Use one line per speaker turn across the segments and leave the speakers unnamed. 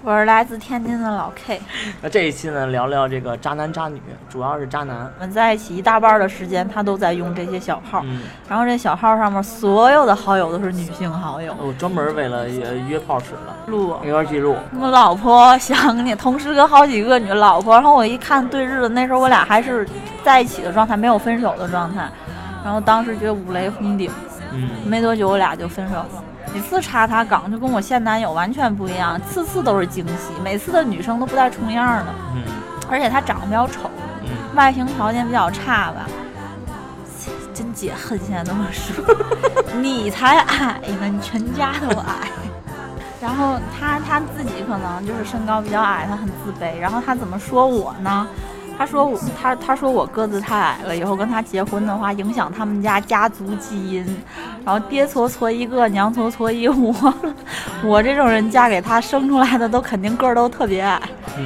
我是来自天津的老 K。
那这一期呢，聊聊这个渣男渣女，主要是渣男。
我们在一起一大半的时间，他都在用这些小号，然后这小号上面所有的好友都是女性好友。
我专门为了约炮使的，
录
一块记录。
我老婆想你，同时跟好几个女老婆，然后我一看对日子，那时候我俩还是在一起的状态，没有分手的状态。然后当时觉得五雷轰顶，没多久我俩就分手了。每次插他岗就跟我现男友完全不一样，次次都是惊喜，每次的女生都不带重样的。而且他长得比较丑，外形条件比较差吧，真解恨。现在这么说，你才矮呢，你全家都矮。然后他自己可能就是身高比较矮，他很自卑。然后他怎么说我呢？他说我个子太矮了，以后跟他结婚的话影响他们家族基因，然后爹搓搓一个，娘搓搓一窝。我这种人嫁给他生出来的都肯定个儿都特别矮。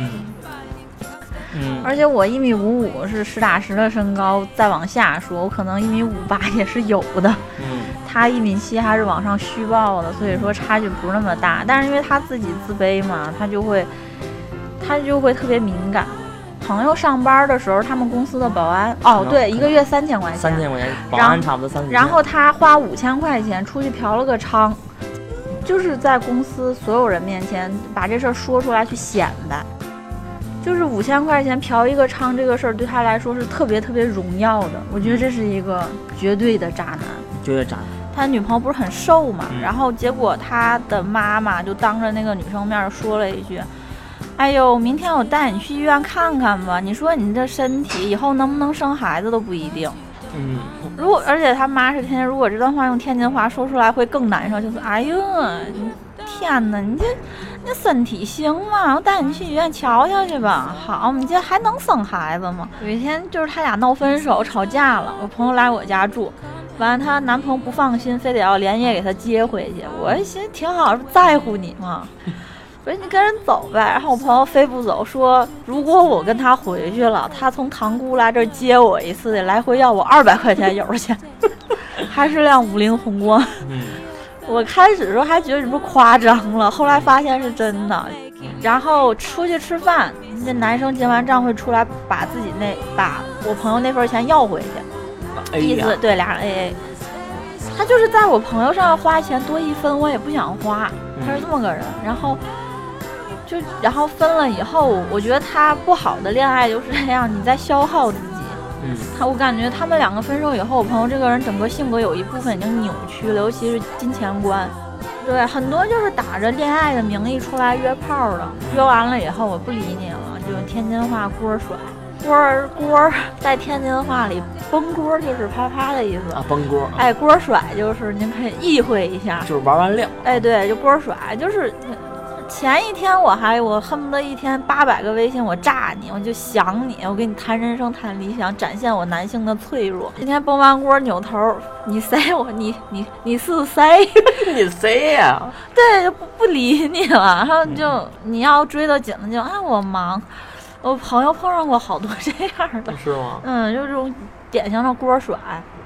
而且我1.55米是实打实的身高，再往下说我可能1.58米也是有的。他1.7米还是往上虚报的，所以说差距不是那么大。但是因为他自己自卑嘛，他就会特别敏感。朋友上班的时候，他们公司的保安对，一个月3000块钱
，3000块钱，保安差不多3000。
然后他花5000块钱出去嫖了个娼，就是在公司所有人面前把这事儿说出来去显摆，就是5000块钱嫖一个娼这个事儿对他来说是特别特别荣耀的。我觉得这是一个绝对的渣男，
绝对渣男。
他女朋友不是很瘦嘛，然后结果他的妈妈就当着那个女生面说了一句：哎呦，明天我带你去医院看看吧。你说你这身体以后能不能生孩子都不一定。而且他妈是天津，如果这段话用天津话说出来会更难受，就是哎呦，天哪，你身体行吗？我带你去医院瞧瞧去吧。好，你这还能生孩子吗？有一天就是他俩闹分手吵架了，我朋友来我家住，完了她男朋友不放心，非得要连夜给她接回去。我寻思挺好，不在乎你嘛。我说你跟人走呗，然后我朋友非不走，说如果我跟他回去了，他从塘沽来这儿接我一次，得来回要我200块钱油钱，还是辆50宏光。我开始的时候还觉得这不夸张了，后来发现是真的。然后出去吃饭，这男生结完账会出来把我朋友那份钱要回去，意思对俩人 AA。他就是在我朋友上花钱多1分我也不想花，他是这么个人。然后分了以后，我觉得他不好的恋爱就是这样，你在消耗自己。我感觉他们两个分手以后，我朋友这个人整个性格有一部分已经扭曲了，尤其是金钱观。对，很多就是打着恋爱的名义出来约炮的，约完了以后我不理你了，就天津话锅甩。锅在天津话里，崩锅就是啪啪的意思
啊，崩锅。
锅甩就是您可以意会一下，
就是玩完料。
对，就锅甩，就是前一天我恨不得一天800个微信我炸你，我就想你，我跟你谈人生谈理想，展现我男性的脆弱。今天崩完锅扭头，你谁我你是谁？
你谁呀？
对，就不理你了。然后就你要追到紧了就我忙。我朋友碰上过好多这样的。
是吗？
就这种典型的锅甩。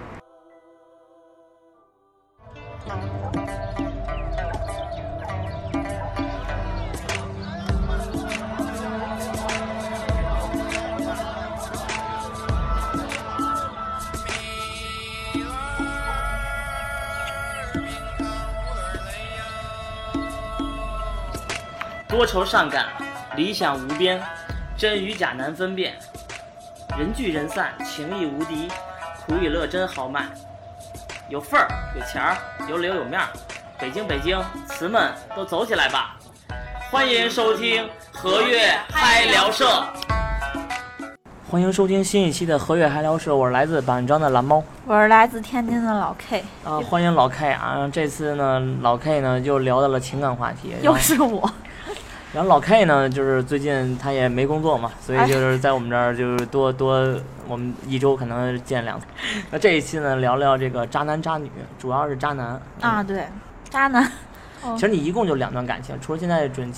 多愁善感，理想无边，真与假难分辨，人聚人散，情义无敌，苦与乐真豪迈，有份儿有钱儿有脸有面儿，北京，词们都走起来吧！欢迎收听和悦嗨聊社。欢迎收听新一期的和悦嗨聊社，我是来自板张的蓝猫，
我是来自天津的老 K。
欢迎老 K 啊！这次呢，老 K 呢又聊到了情感话题，
又是我。
然后老 K 呢，就是最近他也没工作嘛，所以就是在我们这儿就是多我们1周可能见2次。那这一期呢，聊聊这个渣男渣女，主要是渣男
对，渣男。
其实你一共就2段感情，除了现在准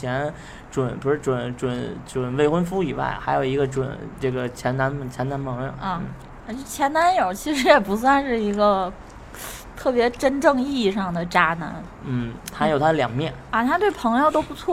未婚夫以外，还有一个这个前男朋友。
前男友其实也不算是一个特别真正意义上的渣男。
他有他两面
他对朋友都不错。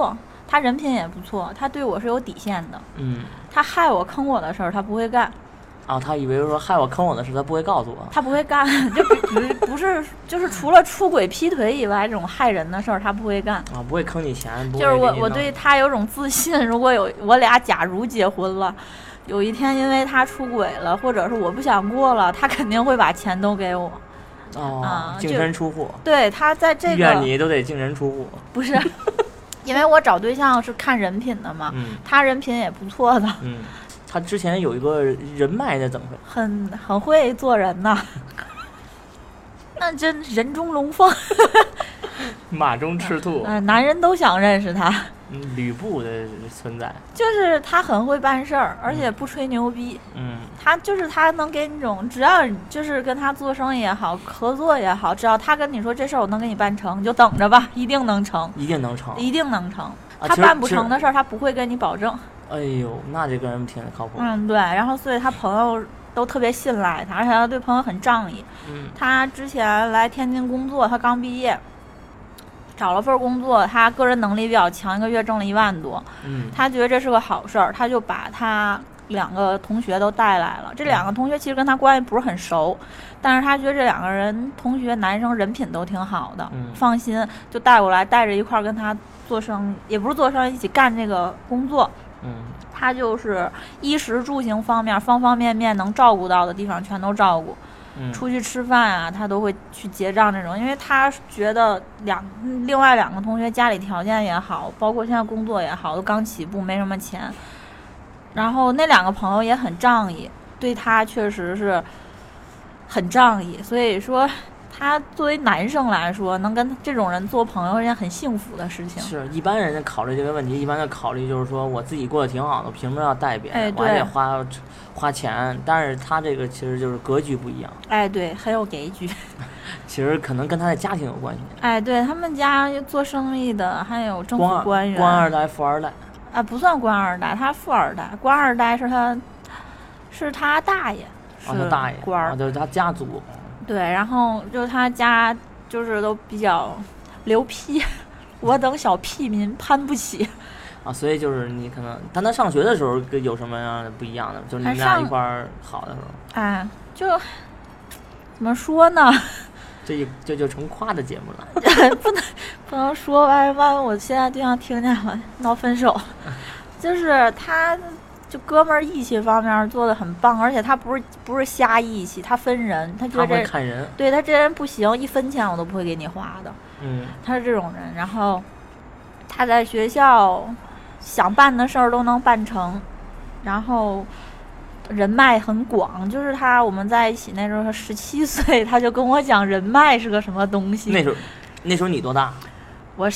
他人品也不错，他对我是有底线的。他害我坑我的事儿他不会干。
他以为说害我坑我的事他不会告诉我。
他不会干，就不是就是除了出轨劈腿以外，这种害人的事儿他不会干。
不会坑你钱。
就是我对他有种自信，如果我俩假如结婚了，有一天因为他出轨了，或者是我不想过了，他肯定会把钱都给我。
净身出户。
对，他在这个
怨你都得净身出户。
不是，因为我找对象是看人品的嘛，他人品也不错的。
他之前有一个人脉的，怎么会？
很会做人呐。那真人中龙凤。
马中赤兔。
男人都想认识他。
吕布的存在。
就是他很会办事儿，而且不吹牛逼。他能给你种，只要就是跟他做生意也好，合作也好，只要他跟你说这事儿我能给你办成，你就等着吧，一定能成。
一定能成。
一定能成。他办不成的事儿，他不会跟你保证。
哎呦，那这个人挺靠谱。
对，然后所以他朋友都特别信赖他，而且他对朋友很仗义。他之前来天津工作，他刚毕业，找了份工作，他个人能力比较强，一个月挣了1万多。他觉得这是个好事儿，他就把他2个同学都带来了。这2个同学其实跟他关系不是很熟，但是他觉得这2个人同学男生人品都挺好的，放心，就带过来，带着一块儿跟他做生意，也不是做生意，一起干这个工作。他就是衣食住行方面方方面面能照顾到的地方全都照顾。出去吃饭啊，他都会去结账这种，因为他觉得另外2个同学家里条件也好，包括现在工作也好，都刚起步，没什么钱。然后那2个朋友也很仗义，对他确实是很仗义，所以说他作为男生来说，能跟这种人做朋友是件很幸福的事情。
是一般人考虑这个问题，一般的考虑就是说我自己过得挺好的，凭什么要带别人？我还得花钱。但是他这个其实就是格局不一样。
对，很有格局。
其实可能跟他的家庭有关系。
对，他们家做生意的，还有政府官员。
官二代、富二代。
不算官二代，他富二代。官二代是他大爷，是
大爷
官
就是他家族。
对，然后就他家就是都比较流批，我等小屁民攀不起。
所以就是你可能，但他上学的时候有什么样的不一样的？就是你们俩一块儿好的时候。
就怎么说呢？
这就成夸的节目了。
不能说万我现在对象听见了闹分手。就是他。就哥们儿义气方面做得很棒，而且他不是瞎义气，他分人，他觉得
他会看人，
对他这人不行，1分钱我都不会给你花的。他是这种人。然后他在学校想办的事儿都能办成，然后人脉很广。就是我们在一起那时候，他17岁，他就跟我讲人脉是个什么东西。
那时候你多大？
我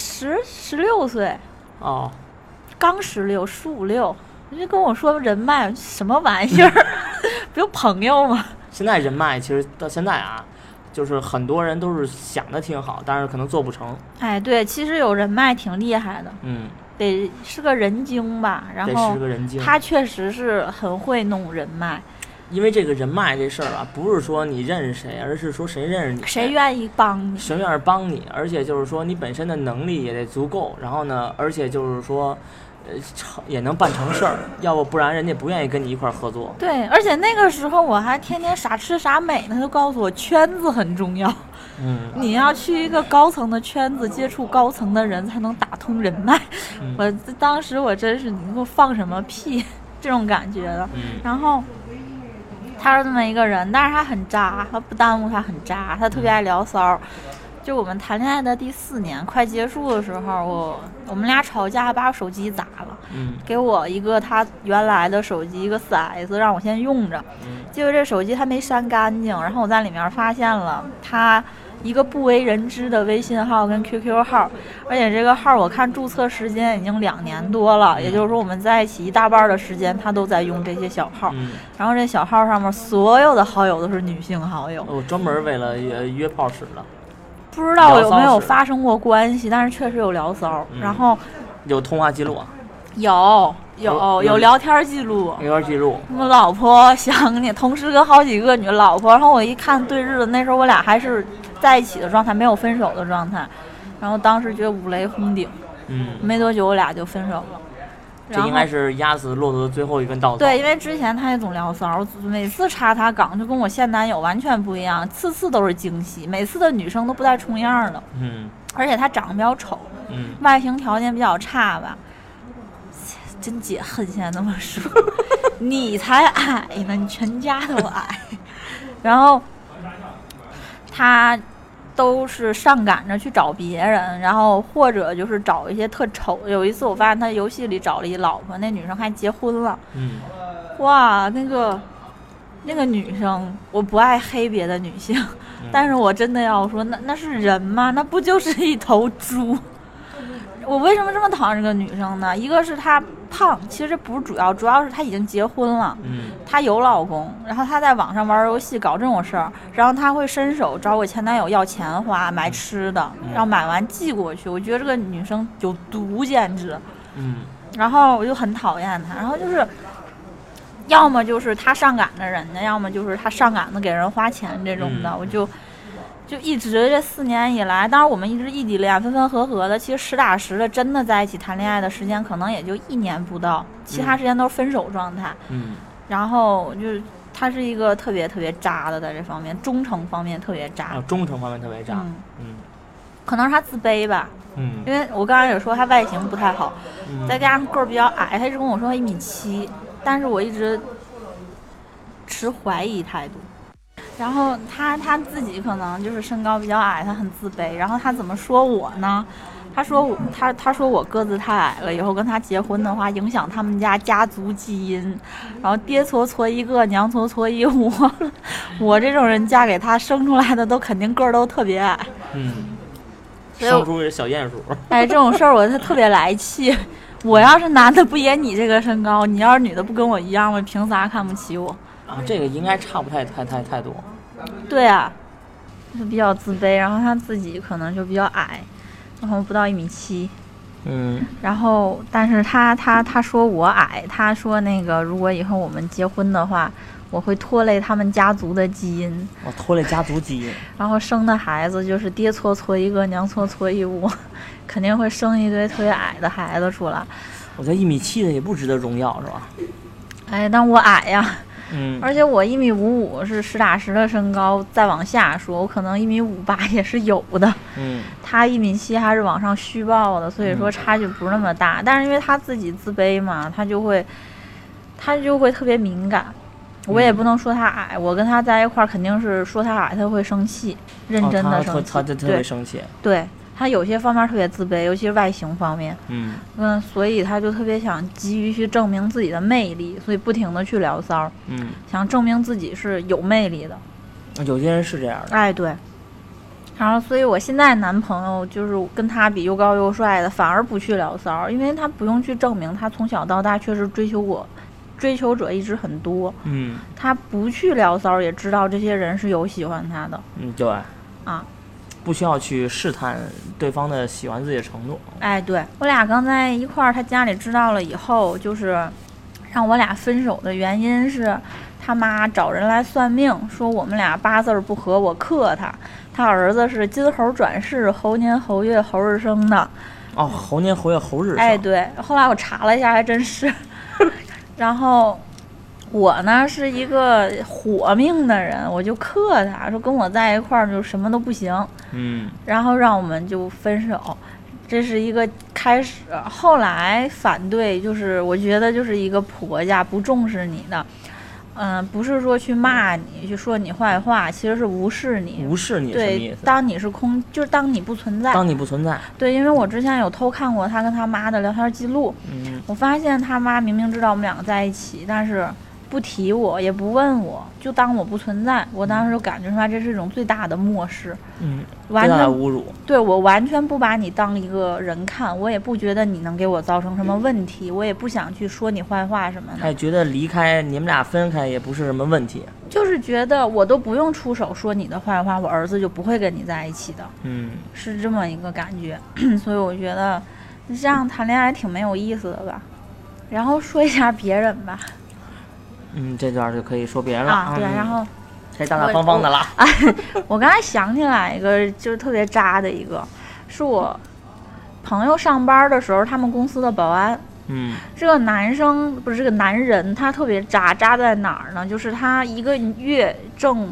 16岁。刚16，15、16。你就跟我说人脉什么玩意儿？不就朋友吗？
现在人脉其实到现在就是很多人都是想的挺好，但是可能做不成。
对，其实有人脉挺厉害的。得是个人精吧。然后他确实是很会弄人脉。
因为这个人脉这事儿不是说你认识谁，而是说谁认识你，
谁愿意帮你，
谁愿意帮你，而且就是说你本身的能力也得足够，然后呢，而且就是说。也能办成事儿，要不然人家不愿意跟你一块儿合作。
对，而且那个时候我还天天傻吃傻美呢，他就告诉我圈子很重要。你要去一个高层的圈子，接触高层的人才能打通人脉。当时我真是你给我放什么屁这种感觉的。然后他是这么一个人，但是他很渣，他不耽误他很渣，他特别爱聊骚。就我们谈恋爱的第4年快结束的时候，我们俩吵架，还把我手机砸了。给我一个他原来的手机，一个4S，让我先用着。结果这手机他没删干净，然后我在里面发现了他一个不为人知的微信号跟 QQ 号，而且这个号我看注册时间已经2年多了，也就是说我们在一起一大半的时间他都在用这些小号。然后这小号上面所有的好友都是女性好友。
专门为了约炮使的。
不知道有没有发生过关系，但是确实有聊骚。然后
有通话记录
有聊天记录。我老婆想你，同时跟好几个女老婆。然后我一看对日子，那时候我俩还是在一起的状态，没有分手的状态。然后当时觉得五雷轰顶。 没多久我俩就分手了。
这应该是压死骆驼的最后一根稻草。
对，因为之前他也总聊骚，每次插他岗就跟我现男友完全不一样，次都是惊喜，每次的女生都不带重样的。而且他长得比较丑，外形条件比较差吧。真解恨，现在这么说，你才矮呢，你全家都矮。然后他都是上赶着去找别人，然后或者就是找一些特丑。有一次我发现他游戏里找了一老婆，那女生还结婚了。哇，那个女生，我不爱黑别的女性，但是我真的要说，那是人吗？那不就是一头猪？我为什么这么讨厌这个女生呢？一个是她胖，其实这不是主要是她已经结婚了，她有老公，然后她在网上玩游戏搞这种事儿，然后她会伸手找我前男友要钱花买吃的，然后买完寄过去。我觉得这个女生有毒，简直。然后我就很讨厌她，然后就是要么就是她上赶着人家，要么就是她上赶着给人花钱这种的。我就一直这4年以来，当然我们一直异地恋，分分合合的，其实实打实的真的在一起谈恋爱的时间可能也就1年不到，其他时间都是分手状态。然后就是他是一个特别特别渣的，在这方面忠诚方面特别渣。
忠诚方面特别渣。
可能是他自卑吧。因为我刚才也说他外形不太好，再加上个儿比较矮，他一直跟我说他1.7米，但是我一直持怀疑态度。然后他自己可能就是身高比较矮，他很自卑。然后他怎么说我呢？他说我个子太矮了，以后跟他结婚的话影响他们家族基因，然后爹搓搓一个，娘搓搓一窝。我这种人嫁给他生出来的都肯定个儿都特别矮。
生出小鼹鼠。
这种事儿我特别来气。我要是男的不也你这个身高，你要是女的不跟我一样吗？凭啥看不起我？
这个应该差不太多。
对啊，就比较自卑，然后他自己可能就比较矮，然后不到1.7米。然后但是他说我矮，他说那个如果以后我们结婚的话，我会拖累他们家族的基因。
拖累家族基因。然
后生的孩子就是爹搓搓一个，娘搓搓一窝，肯定会生一堆特别矮的孩子出来。
我觉得1.7米的也不值得荣耀，是吧？
但我矮呀。而且我1.55米是实打实的身高，再往下说，我可能1.58米也是有的。他1.7米还是往上虚报的，所以说差距不是那么大。但是因为他自己自卑嘛，他就会特别敏感。我也不能说他矮，我跟他在一块儿肯定是说他矮，他会生气，认真的生气。
他特别生气。
对。他有些方面特别自卑，尤其是外形方面。所以他就特别想急于去证明自己的魅力，所以不停的去聊骚。想证明自己是有魅力的。
有些人是这样的。
对。然后，所以我现在男朋友就是跟他比又高又帅的，反而不去聊骚，因为他不用去证明他从小到大确实追求者一直很多。他不去聊骚，也知道这些人是有喜欢他的。
对。不需要去试探对方的喜欢自己的程度。
对，我俩刚在一块儿，他家里知道了以后，就是让我俩分手的原因是他妈找人来算命，说我们俩8字不合，我克他。他儿子是金猴转世，猴年猴月猴日生的。
猴年猴月猴日生。
对，后来我查了一下，还真是。然后我呢是一个火命的人，我就克他，说跟我在一块儿就什么都不行。然后让我们就分手，这是一个开始。后来反对，就是我觉得就是一个婆家不重视你的。不是说去骂你，去说你坏话，其实是无视你。
无视你，
对，当你是就是当你不存在。
当你不存在。
对，因为我之前有偷看过他跟他妈的聊天记录。我发现他妈明明知道我们两个在一起，但是不提我，也不问我，就当我不存在。我当时就感觉出来，这是一种最大的漠视。完全
最大的侮辱。
对，我完全不把你当一个人看，我也不觉得你能给我造成什么问题，我也不想去说你坏话什么的。
他也觉得离开你们俩分开也不是什么问题，
就是觉得我都不用出手说你的坏话，我儿子就不会跟你在一起的。是这么一个感觉。所以我觉得这样谈恋爱挺没有意思的吧。然后说一下别人吧。
这段就可以说别人了。
对，然后
这大大方方的了。
我刚才想起来一个，就是特别渣的一个，是我朋友上班的时候，他们公司的保安。这个男生不是这个男人，他特别渣在哪儿呢？就是他一个月挣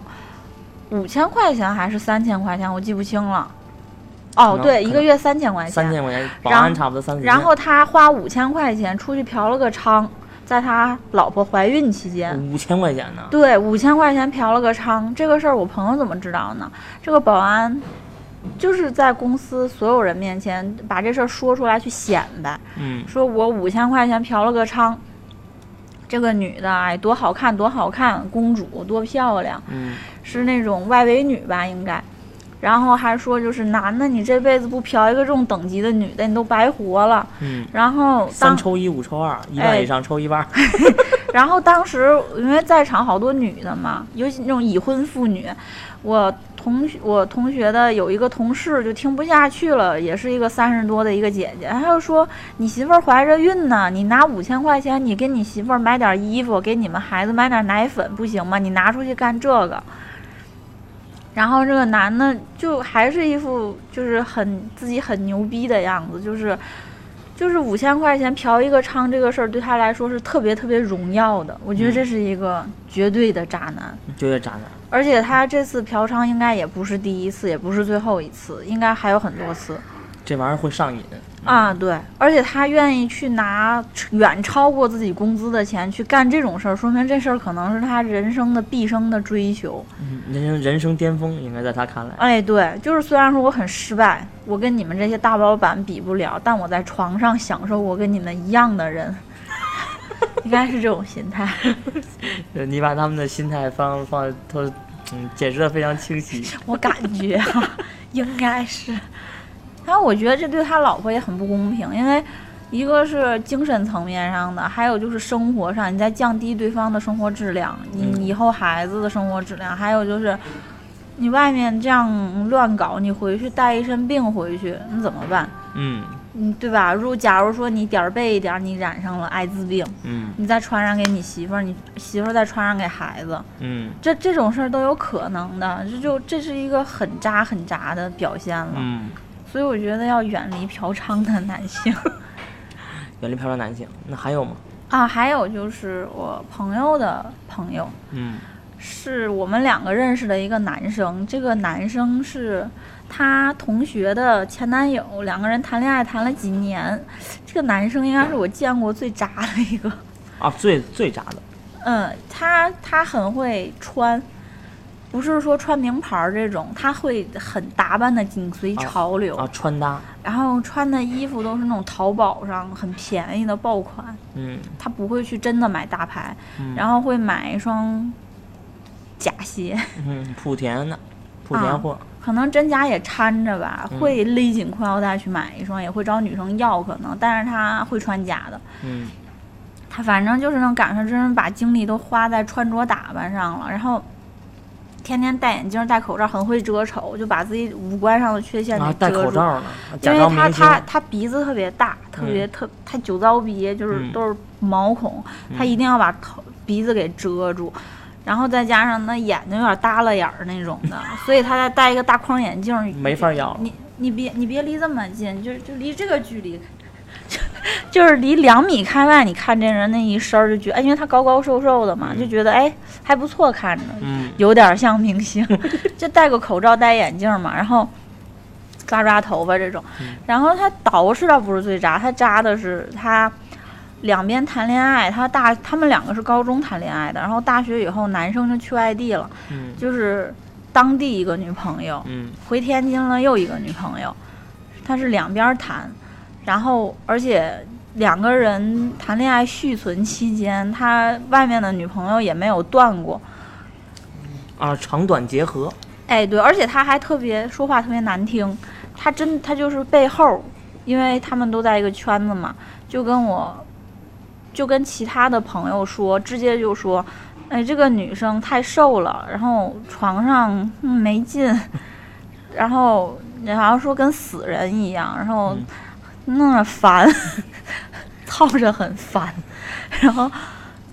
5000块钱还是3000块钱，我记不清了。哦，对，一个月3000块钱。
3000块钱，保安差不多3000。
然后他花5000块钱出去嫖了个娼，在他老婆怀孕期间。
5000块钱呢？
对，5000块钱嫖了个娼，这个事儿我朋友怎么知道呢？这个保安。就是在公司所有人面前把这事儿说出来去显摆，说我5000块钱嫖了个娼，这个女的哎多好看，公主多漂亮，是那种外围女吧应该，然后还说就是男的你这辈子不嫖一个这种等级的女的你都白活了，然后
3抽1 5抽2，1半以上抽1半。
然后当时因为在场好多女的嘛，尤其那种已婚妇女，我同学的有一个同事就听不下去了，也是一个30多的一个姐姐，她就说你媳妇儿怀着孕呢，你拿5000块钱你给你媳妇儿买点衣服，给你们孩子买点奶粉不行吗？你拿出去干这个。然后这个男的就还是一副就是自己很牛逼的样子，就是5000块钱嫖一个娼这个事儿对他来说是特别荣耀的，我觉得这是一个绝对的渣男，
绝对渣男。
而且他这次嫖娼应该也不是第一次，也不是最后一次，应该还有很多次。
这玩意儿会上瘾
啊，对，而且他愿意去拿远超过自己工资的钱去干这种事儿，说明这事儿可能是他人生的毕生的追求。
人生巅峰应该在他看来。
哎，对，就是虽然说我很失败，我跟你们这些大老板比不了，但我在床上享受过跟你们一样的人，应该是这种心态。
你把他们的心态都解释得非常清晰。
我感觉应该是。然后我觉得这对他老婆也很不公平，因为一个是精神层面上的，还有就是生活上，你在降低对方的生活质量，你以后孩子的生活质量，还有就是你外面这样乱搞，你回去带一身病回去，你怎么办？对吧？假如说你点儿背一点，你染上了艾滋病，你再传染给你媳妇儿，你媳妇儿再传染给孩子，这种事儿都有可能的，这是一个很渣的表现了，所以我觉得要远离嫖娼的男性。
远离嫖娼男性，那还有吗？
还有就是我朋友的朋友，是我们2个认识的一个男生，这个男生是他同学的前男友，2个人谈恋爱谈了几年，这个男生应该是我见过最渣的一个
最渣的。
他很会穿，不是说穿名牌这种，他会很打扮的紧随潮流
穿搭，
然后穿的衣服都是那种淘宝上很便宜的爆款，他不会去真的买大牌，然后会买一双假鞋，
莆田货，
可能真假也掺着吧，会勒紧裤腰带去买一双，也会找女生要可能，但是他会穿假的，他反正就是能赶上真人把精力都花在穿着打扮上了，然后天天戴眼镜戴口罩，很会遮丑，就把自己五官上的缺陷给遮住。
戴口罩呢，
因为他鼻子特别大，他酒糟鼻，就是都是毛孔，他一定要把鼻子给遮住，然后再加上那眼睛有点耷拉眼儿那种的，所以他再戴一个大框眼镜，
没法要。
你别离这么近，就离这个距离。就是离2米开外，你看这人那一身就觉得，因为他高高瘦瘦的嘛，就觉得还不错看着，有点像明星，就戴个口罩戴眼镜嘛，然后抓头发这种，然后他捯饬倒不是最渣，他渣的是他两边谈恋爱，他们2个是高中谈恋爱的，然后大学以后男生就去外地了，就是当地一个女朋友，回天津了又一个女朋友，他是2边谈。然后而且2个人谈恋爱续存期间，他外面的女朋友也没有断过，
长短结合。
对，而且他还说话特别难听，他就是背后，因为他们都在一个圈子嘛，就跟其他的朋友说，直接就说，这个女生太瘦了，然后床上没劲，然后好像说跟死人一样，然后。那烦，操着很烦，然后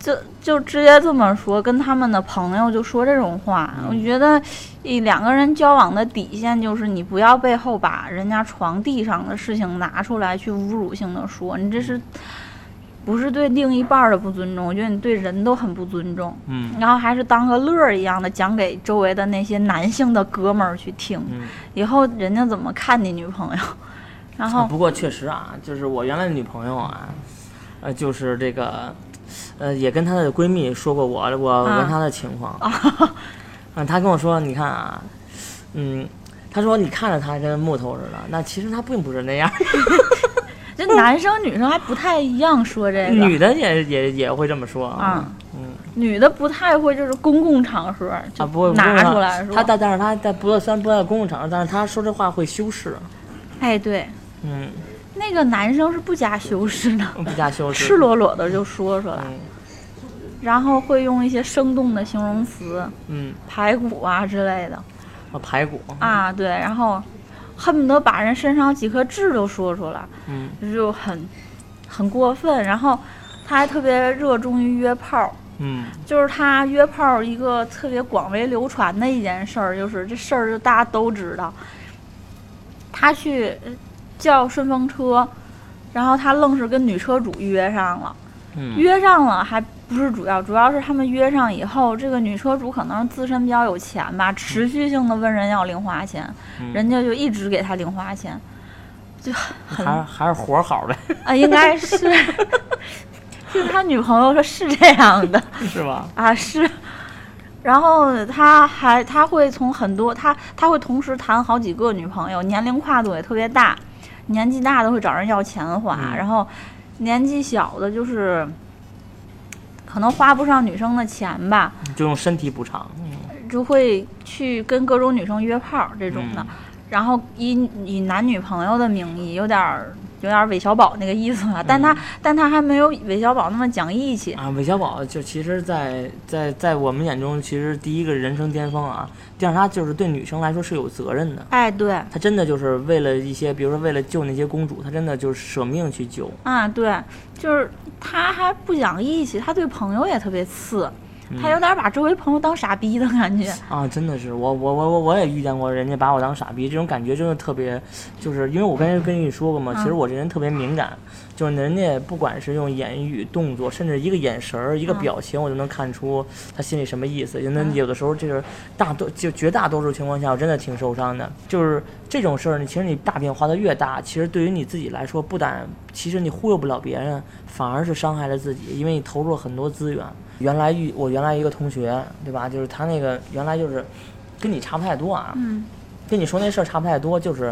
就直接这么说，跟他们的朋友就说这种话。我觉得两个人交往的底线就是你不要背后把人家床地上的事情拿出来去侮辱性的说，你这是不是对另一半的不尊重？我觉得你对人都很不尊重。然后还是当个乐儿一样的讲给周围的那些男性的哥们儿去听，以后人家怎么看你女朋友？然后
不过确实啊，就是我原来的女朋友啊，就是这个，也跟她的闺蜜说过我跟她的情况。她跟我说，你看啊，她说你看着她跟木头似的，那其实她并不是那样。
这男生女生还不太一样，说这个
女的也会这么说啊。
女的不太会，就是公共场合就拿出来说。
但是她虽然不在公共场合，但是她说这话会修饰。
哎，对。那个男生是不加修饰的，
不加修饰，
赤裸裸的就说出来，然后会用一些生动的形容词，排骨啊之类的。
排骨
啊，对，然后恨不得把人身上几颗痣都说出来，就很过分。然后他还特别热衷于约炮，就是他约炮一个特别广为流传的一件事儿，就是这事儿就大家都知道，他去叫顺风车，然后他愣是跟女车主约上了，约上了还不是主要是他们约上以后，这个女车主可能自身比较有钱吧，持续性的问人要零花钱，人家就一直给他零花钱，就
还是活好呗
啊，应该是，就他女朋友说是这样的，
是吧？
啊是。然后他会从很多他会同时谈好几个女朋友，年龄跨度也特别大，年纪大的会找人要钱花，然后年纪小的就是可能花不上女生的钱吧，
就用身体补偿，
就会去跟各种女生约炮这种的，然后以男女朋友的名义，有点韦小宝那个意思了，但他还没有韦小宝那么讲义气
啊。韦小宝就其实在我们眼中，其实第一个人生巅峰啊，让他就是对女生来说是有责任的。
哎，对，
他真的就是为了一些，比如说为了救那些公主，他真的就是舍命去救
啊。对，就是他还不讲义气，他对朋友也特别次。他有点把周围朋友当傻逼的感觉
啊！真的是我也遇见过人家把我当傻逼，这种感觉真的特别，就是因为我跟你说过嘛，其实我这人特别敏感，就是人家不管是用言语、动作，甚至一个眼神、一个表情，我就能看出他心里什么意思。有的时候这个绝大多数情况下，我真的挺受伤的。就是这种事儿，其实你大变化的越大，其实对于你自己来说，其实你忽悠不了别人，反而是伤害了自己，因为你投入了很多资源。我原来一个同学，对吧？就是他那个原来就是跟你差不太多啊，跟你说那事儿差不太多，就是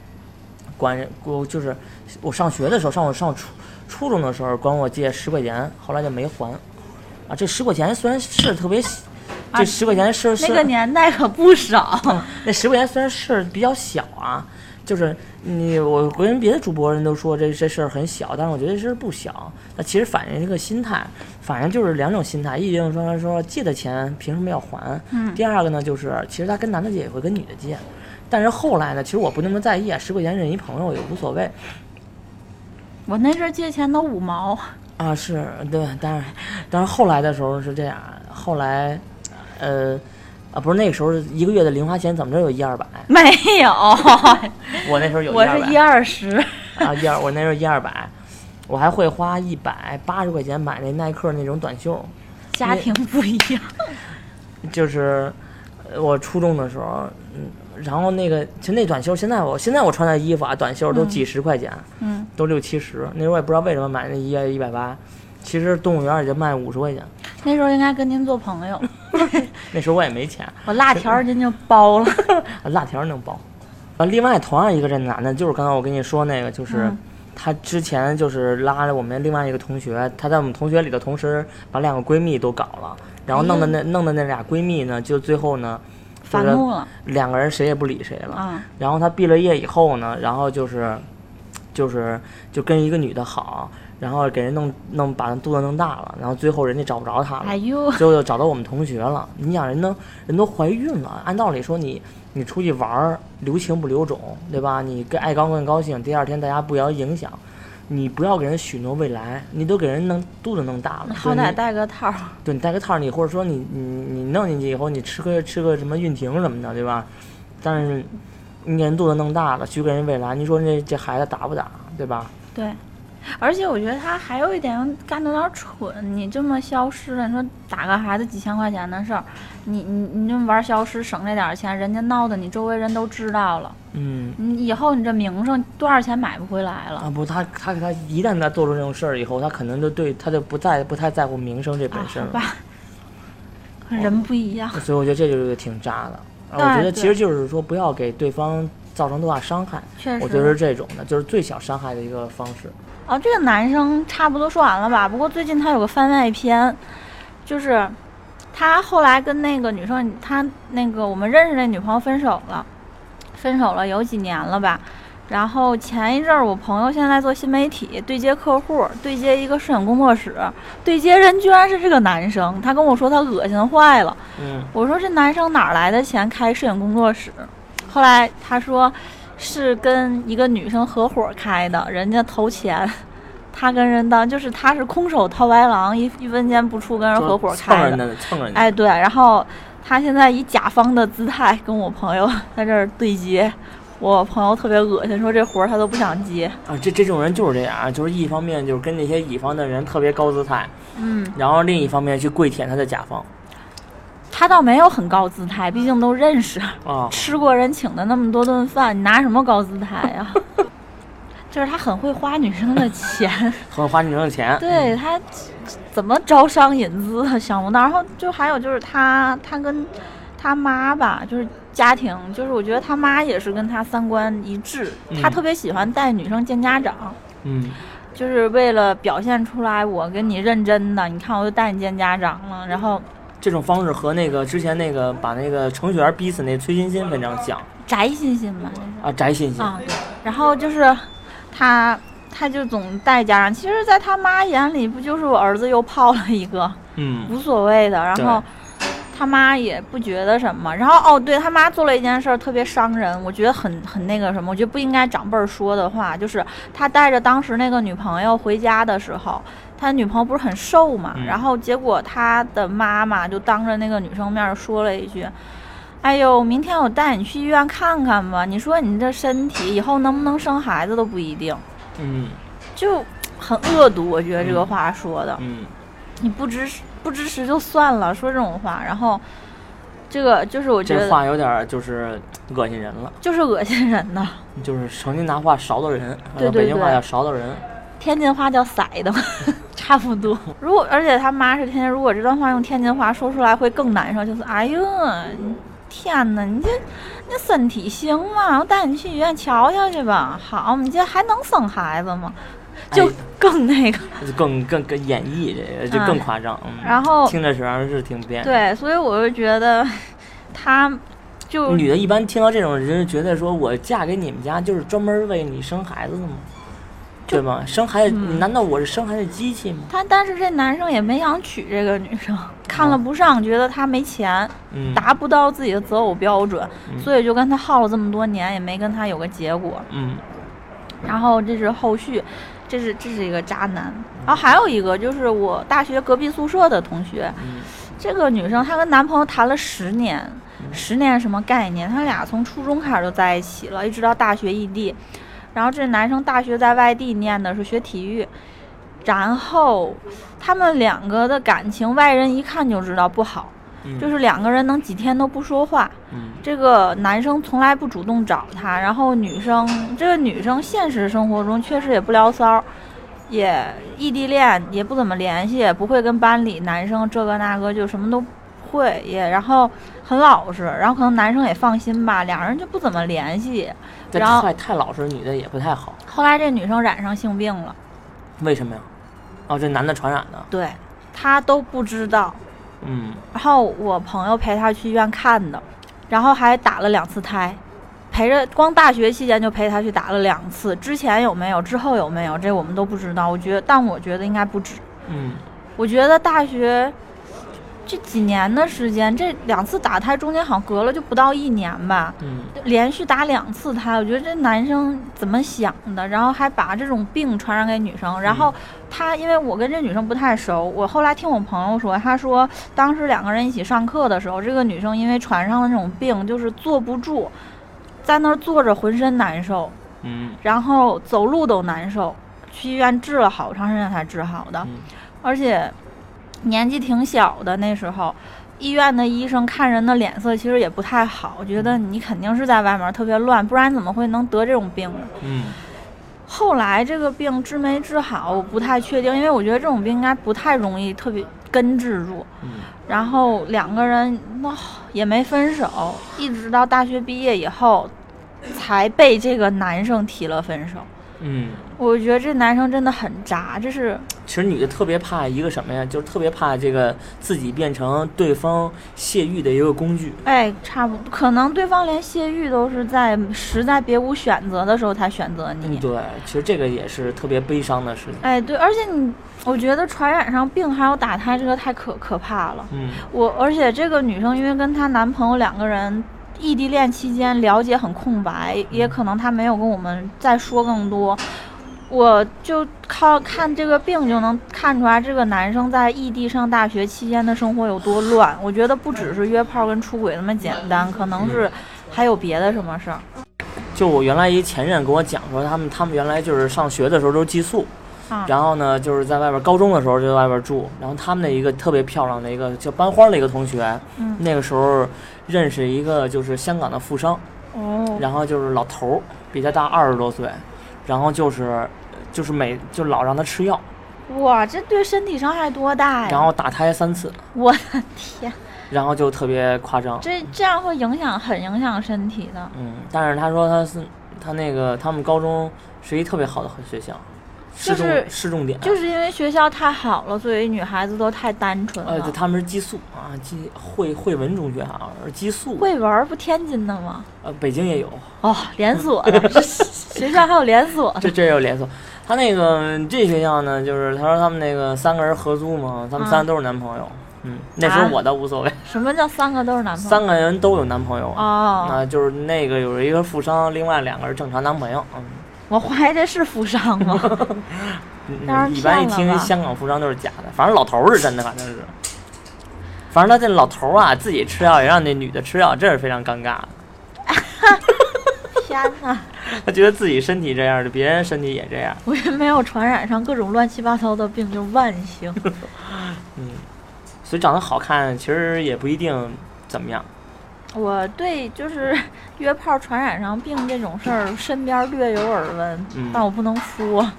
就是我上学的时候，上初中的时候管我借10块钱，后来就没还啊。这10块钱虽然是特别这10块钱是
那个年代可不少，
那10块钱虽然是比较小啊。就是我跟别的主播人都说这事儿很小，但是我觉得这事儿不小。那其实反映一个心态，反正就是两种心态。一种说借的钱凭什么要还？第二个呢，就是其实他跟男的借也会跟女的借，但是后来呢，其实我不那么在意，10块钱认一朋友也无所谓。
我那阵儿借钱都5毛
啊，是对，但是后来的时候是这样，后来不是那个时候一个月的零花钱怎么着有100-200？
没有，
我那时候有100，
我是120
啊，我那时候100-200，我还会花180块钱买那耐克那种短袖。
家庭不一样，
就是我初中的时候，然后那个就那短袖，现在我穿的衣服啊，短袖都几十块钱，都60-70。那时候我也不知道为什么买那180，其实动物园也就卖50块钱。
那时候应该跟您做朋友。
那时候我也没钱，
我辣条您就包了。
辣条能包。另外同样一个这男的，就是刚才我跟你说那个，就是他之前就是拉着我们另外一个同学，他在我们同学里的同时把2个闺蜜都搞了，然后弄的那俩闺蜜呢，就最后呢
反目了
，2个人谁也不理谁了。然后他毕了业以后呢，然后就跟一个女的好。然后给人把肚子弄大了，然后最后人家找不着他了，最后就找到我们同学了。你想人都怀孕了，按道理说你出去玩留情不留种，对吧？你爱高兴，第二天大家不要影响。
你不要给人许诺未来，你都给人肚子弄大了，
好歹带个套。
对，你带个套，你或者说你弄进去以后，你吃个什么孕婷什么的，对吧？但是你给人肚子弄大了，许给人未来，你说这孩子打不打，对吧？
对。而且我觉得他还有一点干得有点蠢，你这么消失了，你说打个孩子几千块钱的事儿，你这么玩消失省这点钱，人家闹的你周围人都知道了，你以后你这名声多少钱买不回来了
啊！不，他一旦他做出这种事儿以后，他可能他就不太在乎名声这本身了。
好吧，人不一样，
所以我觉得这就是挺渣的。我觉得其实就是说不要给对方造成多大伤害，
确实，
我觉得是这种的，就是最小伤害的一个方式。
哦，这个男生差不多说完了吧？不过最近他有个番外篇，就是他后来跟那个女生，他那个我们认识那女朋友分手了有几年了吧？然后前一阵儿我朋友现在做新媒体，对接客户，对接一个摄影工作室，对接人居然是这个男生，他跟我说他恶心坏了。我说这男生哪来的钱开摄影工作室？后来他说是跟一个女生合伙开的，人家投钱，他跟人当就是他是空手套白狼，一分钱不出跟人合伙开的，
蹭人。
哎，对，然后他现在以甲方的姿态跟我朋友在这儿对接，我朋友特别恶心，说这活他都不想接
啊。这种人就是这样，就是一方面就是跟那些乙方的人特别高姿态，然后另一方面去跪舔他的甲方。
他倒没有很高姿态，毕竟都认识，吃过人请的那么多顿饭，你拿什么高姿态呀？就是他很会花女生的钱，
很会花女生的钱。
对，他怎么招商引资想不到。然后就还有就是他跟他妈吧，就是家庭，就是我觉得他妈也是跟他三观一致，他特别喜欢带女生见家长，就是为了表现出来我跟你认真的，你看我就带你见家长了，然后。
这种方式和那个之前那个把那个程序员逼死那崔欣欣非常像。
翟欣欣吧，
啊，翟欣欣
啊，对。然后就是他就总带家长，其实在他妈眼里不就是我儿子又泡了一个，无所谓的。然后他妈也不觉得什么。然后对他妈做了一件事特别伤人，我觉得很那个什么，我觉得不应该长辈说的话，就是他带着当时那个女朋友回家的时候。他女朋友不是很瘦嘛，然后结果他的妈妈就当着那个女生面说了一句：“哎呦，明天我带你去医院看看吧。你说你这身体以后能不能生孩子都不一定。”就很恶毒，我觉得这个话说的。你不支持就算了，说这种话，然后这个就是我觉得
这话有点就是恶心人了，
就是恶心人的，
就是成天拿话勺到人，
对，
北京话叫勺到人。
天津话叫塞的，差不多。而且他妈是天津，如果这段话用天津话说出来会更难受，就是哎呦，天哪，你身体行吗？我带你去医院瞧瞧去吧。好，你这还能生孩子吗？就更那个，
更演绎这个就更夸张。
然后
听着实际上是挺变。
对，所以我就觉得他。就
女的一般听到这种人，觉得说我嫁给你们家就是专门为你生孩子的吗？对吗？生孩子，难道我是生孩子机器吗？
但是这男生也没想娶这个女生，看了不上，觉得她没钱，达不到自己的择偶标准，所以就跟他耗了这么多年，也没跟他有个结果。然后这是后续，这是一个渣男。然后还有一个就是我大学隔壁宿舍的同学，这个女生她跟男朋友谈了10年，10年什么概念？他俩从初中开始就在一起了，一直到大学异地。然后这男生大学在外地念的是学体育，然后他们两个的感情外人一看就知道不好，就是两个人能几天都不说话。这个男生从来不主动找他，然后这个女生现实生活中确实也不聊骚，也异地恋，也不怎么联系，也不会跟班里男生这个那个，就什么都不会，然后很老实，然后可能男生也放心吧，两人就不怎么联系。然后
太老实，女的也不太好。
后来这女生染上性病了，
为什么呀？这男的传染的。
对，她都不知道。然后我朋友陪她去医院看的，然后还打了2次胎，陪着光大学期间就陪她去打了2次，之前有没有，之后有没有，这我们都不知道。但我觉得应该不止。我觉得大学这几年的时间，这2次打胎中间好像隔了就不到1年吧，连续打2次胎，我觉得这男生怎么想的？然后还把这种病传染给女生。然后他，因为我跟这女生不太熟，我后来听我朋友说，他说当时2个人一起上课的时候，这个女生因为传上了那种病，就是坐不住，在那儿坐着浑身难受，然后走路都难受，去医院治了好长时间才治好的，而且年纪挺小的，那时候医院的医生看人的脸色其实也不太好，我觉得你肯定是在外面特别乱，不然怎么会能得这种病呢？后来这个病治没治好我不太确定，因为我觉得这种病应该不太容易特别根治住。然后2个人也没分手，一直到大学毕业以后才被这个男生提了分手。我觉得这男生真的很渣，这是
其实女的特别怕一个什么呀，就是特别怕这个自己变成对方泄欲的一个工具。
差不多，可能对方连泄欲都是在实在别无选择的时候才选择你。
对，其实这个也是特别悲伤的事情。
对，而且我觉得传染上病还有打胎，这个太可怕了。而且这个女生因为跟她男朋友2个人异地恋期间了解很空白，也可能她没有跟我们再说更多。我就靠看这个病就能看出来，这个男生在异地上大学期间的生活有多乱。我觉得不只是约炮跟出轨那么简单，可能是还有别的什么事儿。
就我原来一前任跟我讲说，他们原来就是上学的时候都是寄宿，然后呢就是在外边高中的时候就在外边住，然后他们的一个特别漂亮的一个叫班花的一个同学，那个时候认识一个就是香港的富商，然后就是老头比他大20多岁，然后就是老让他吃药。
哇，这对身体伤害多大呀！
然后打胎3次，
我的天！
然后就特别夸张，
这样会很影响身体的。
但是他说他们高中是一特别好的学校，市重点，
就是因为学校太好了，所以女孩子都太单纯了。
他们是寄宿啊，汇文中学好像是寄宿。
汇文不天津的吗？
北京也有。
连锁的，学校还有连锁。
这有连锁。他那个这学校呢，就是他说他们那个3个人合租嘛，他们3个都是男朋友。那时候我倒无所谓。
什么叫3个都是男朋友
？3个人都有男朋友。就是那个有一个富商，另外2个是正常男朋友。
我怀疑这是富商吗？
一般一听香港富商都是假的，反正老头是真的，反正他这老头啊自己吃药也让那女的吃药，这是非常尴尬的。
天哪！
他觉得自己身体这样，别人身体也这样。
我也没有传染上各种乱七八糟的病，就万幸。
所以长得好看其实也不一定怎么样。
我对就是约炮传染上病这种事儿身边略有耳闻，但我不能说。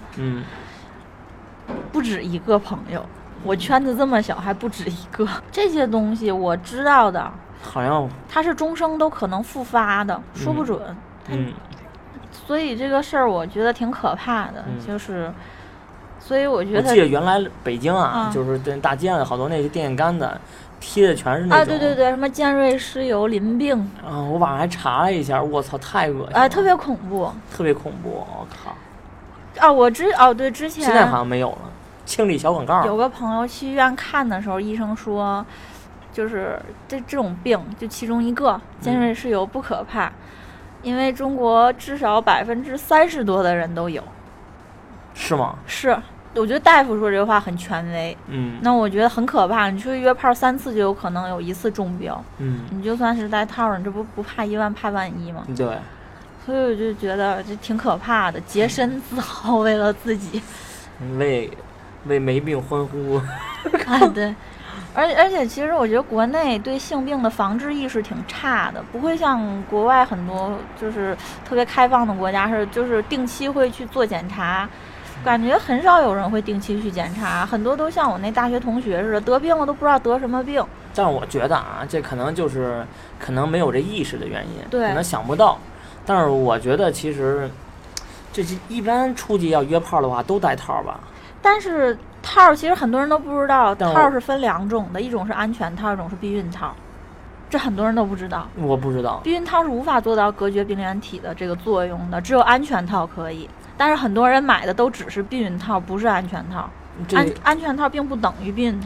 不止一个朋友，我圈子这么小还不止一个。这些东西我知道的，
好像
它是终生都可能复发的，说不准。所以这个事儿我觉得挺可怕的，就是。所以我觉得，
我记得原来北京就是大街上好多那些电线杆子贴的全是那种
对，什么尖锐湿疣淋病
我网上还查了一下，我操，太恶心了，
特别恐怖，
我靠！
对，之前
现在好像没有了，清理小广告。
有个朋友去医院看的时候，医生说，就是这种病，就其中一个尖锐湿疣不可怕，因为中国至少30%多的人都有。
是吗？
是，我觉得大夫说这话很权威。那我觉得很可怕。你出去约炮3次就有可能有1次中标。你就算是带套，你这不怕1万怕万一吗？
对。
所以我就觉得这挺可怕的，洁身自好，为了自己，
为没病欢呼。
对。而且其实我觉得国内对性病的防治意识挺差的，不会像国外很多就是特别开放的国家就是定期会去做检查。感觉很少有人会定期去检查，很多都像我那大学同学似的，得病了都不知道得什么病。
但是我觉得这可能没有这意识的原因，
对，
可能想不到。但是我觉得其实这一般出去要约炮的话都带套吧。
但是套其实很多人都不知道，套是分2种的，一种是安全套，一种是避孕套。这很多人都不知道。我
不知道。
避孕套是无法做到隔绝病原体的这个作用的，只有安全套可以。但是很多人买的都只是避孕套，不是安全套。安全套并不等于避孕套。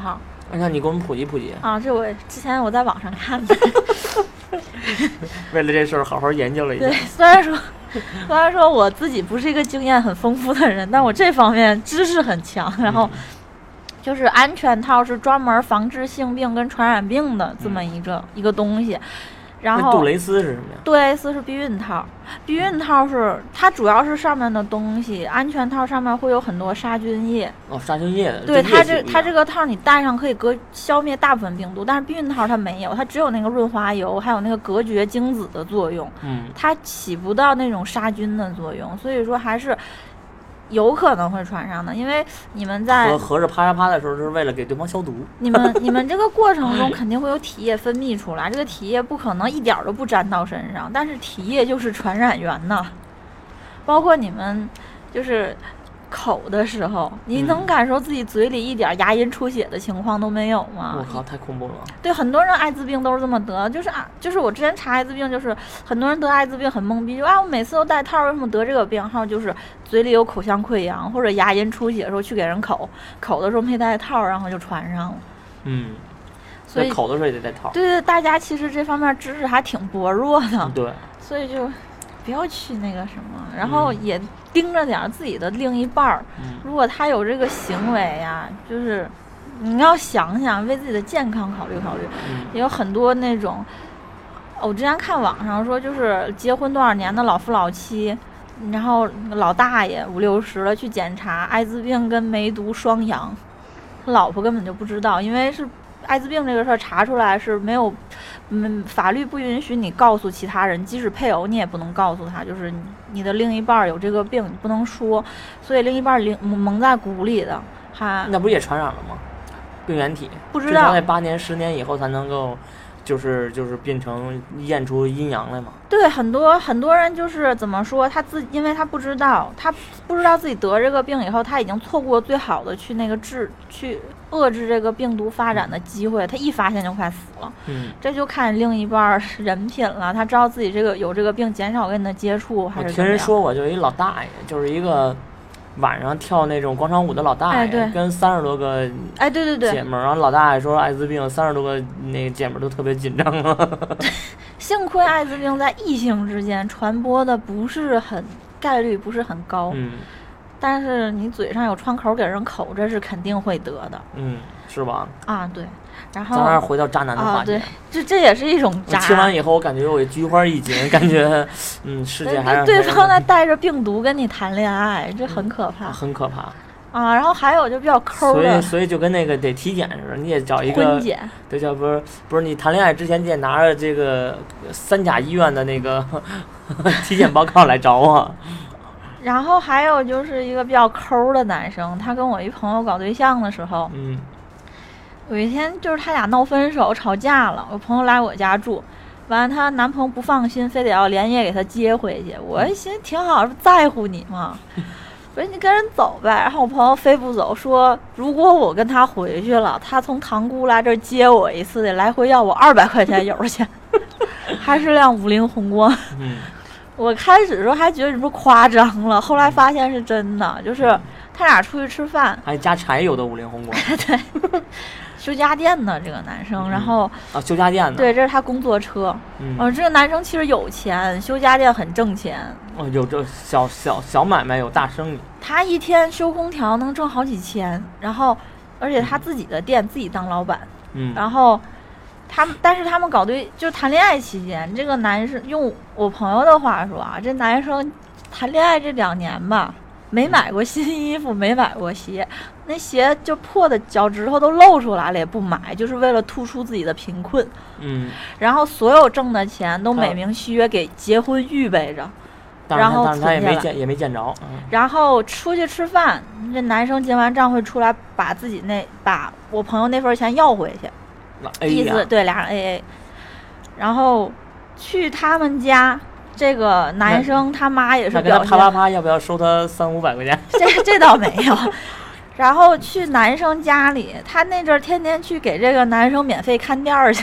那你给我们普及普及
啊！这我之前我在网上看的，
为了这事儿好好研究了一下。
对，虽然说我自己不是一个经验很丰富的人，但我这方面知识很强。然后就是安全套是专门防治性病跟传染病的这么一个东西。然后
杜蕾斯是什么呀？
杜蕾斯是避孕套，避孕套是它主要是上面的东西，安全套上面会有很多杀菌液。
哦，杀菌液的。
对，它这个套你戴上可以消灭大部分病毒，但是避孕套它没有，它只有那个润滑油，还有那个隔绝精子的作用。它起不到那种杀菌的作用，所以说还是有可能会传上的，因为你们在
合着啪啪的时候，就是为了给对方消毒。
你们这个过程中肯定会有体液分泌出来，这个体液不可能一点都不沾到身上，但是体液就是传染源呐。包括你们就是口的时候，你能感受自己嘴里一点牙龈出血的情况都没有吗？
我靠，太恐怖了。
对，很多人艾滋病都是这么得，就是我之前查艾滋病，就是很多人得艾滋病很懵逼，就我每次都戴套，为什么得这个病？然后就是嘴里有口腔溃疡或者牙龈出血的时候去给人口的时候没戴套，然后就传上了。所以
口的时候也得戴套。
对，大家其实这方面知识还挺薄弱的。
对，
所以就不要去那个什么，然后也盯着点自己的另一半儿。如果他有这个行为呀，就是你要想想为自己的健康考虑考虑。也有很多那种，我之前看网上说，就是结婚多少年的老夫老妻，然后老大爷50、60了去检查艾滋病跟梅毒双阳，老婆根本就不知道，因为是艾滋病这个事儿查出来是没有，法律不允许你告诉其他人，即使配偶你也不能告诉他，就是你的另一半有这个病，你不能说，所以另一半蒙在鼓里的，
那不也传染了吗？病原体
不知道，
在8年10年以后才能够，就是变成验出阴阳来嘛。
对，很多人就是怎么说，因为他不知道自己得这个病以后，他已经错过最好的去遏制这个病毒发展的机会，他一发现就快死了。这就看另一半人品了，他知道自己有这个病，减少跟你的接触还是怎么样。
我听人说过，就一老大爷，就是一个晚上跳那种广场舞的老大爷，跟30多个
对
姐们儿，然后老大爷说艾滋病，30多个那个姐们儿都特别紧张了。
幸亏艾滋病在异性之间传播的概率不是很高。但是你嘴上有窗口给人口，这是肯定会得的。
是吧？
啊，对。然后
咱还是回到渣男的话题。
对，这也是一种渣。
听完以后，我感觉我菊花一紧，感觉世界还是
对方在带着病毒跟你谈恋爱，这很可怕。
很可怕。
然后还有就比较抠的，
所以就跟那个得体检似的，你也找一个
婚检。
对，叫不是你谈恋爱之前你得拿着这个3甲医院的那个体检报告来找我。
然后还有就是一个比较抠的男生，他跟我一朋友搞对象的时候，有一天就是他俩闹分手吵架了，我朋友来我家住，完了她男朋友不放心，非得要连夜给她接回去。我一寻思挺好，不在乎你嘛，我说你跟人走呗。然后我朋友非不走，说如果我跟他回去了，他从塘沽来这儿接我一次，得来回要我200块钱油钱，还是辆50宏光。我开始的时候还觉得你不夸张了，后来发现是真的，就是他俩出去吃饭，
还加柴油的50宏光。
对，修家电的这个男生，然后
修家电的，
对，这是他工作车。这个男生其实有钱，修家电很挣钱。
有这小买卖，有大生意。
他一天修空调能挣好几千，然后而且他自己的店自己当老板。然后但是他们就谈恋爱期间，这个男生用我朋友的话说这男生谈恋爱这2年吧，没买过新衣服，没买过鞋，那鞋就破的脚趾头都露出来了也不买，就是为了突出自己的贫困。然后所有挣的钱都美名其曰给结婚预备着，然后
但是他也没见着。
然后出去吃饭，这男生结完账会出来把我朋友那份钱要回去。意思对，俩人 AA， 然后去他们家，这个男生他妈也是表现，
他啪要不要收他300-500块钱？
这倒没有。然后去男生家里，他那阵儿天天去给这个男生免费看店去，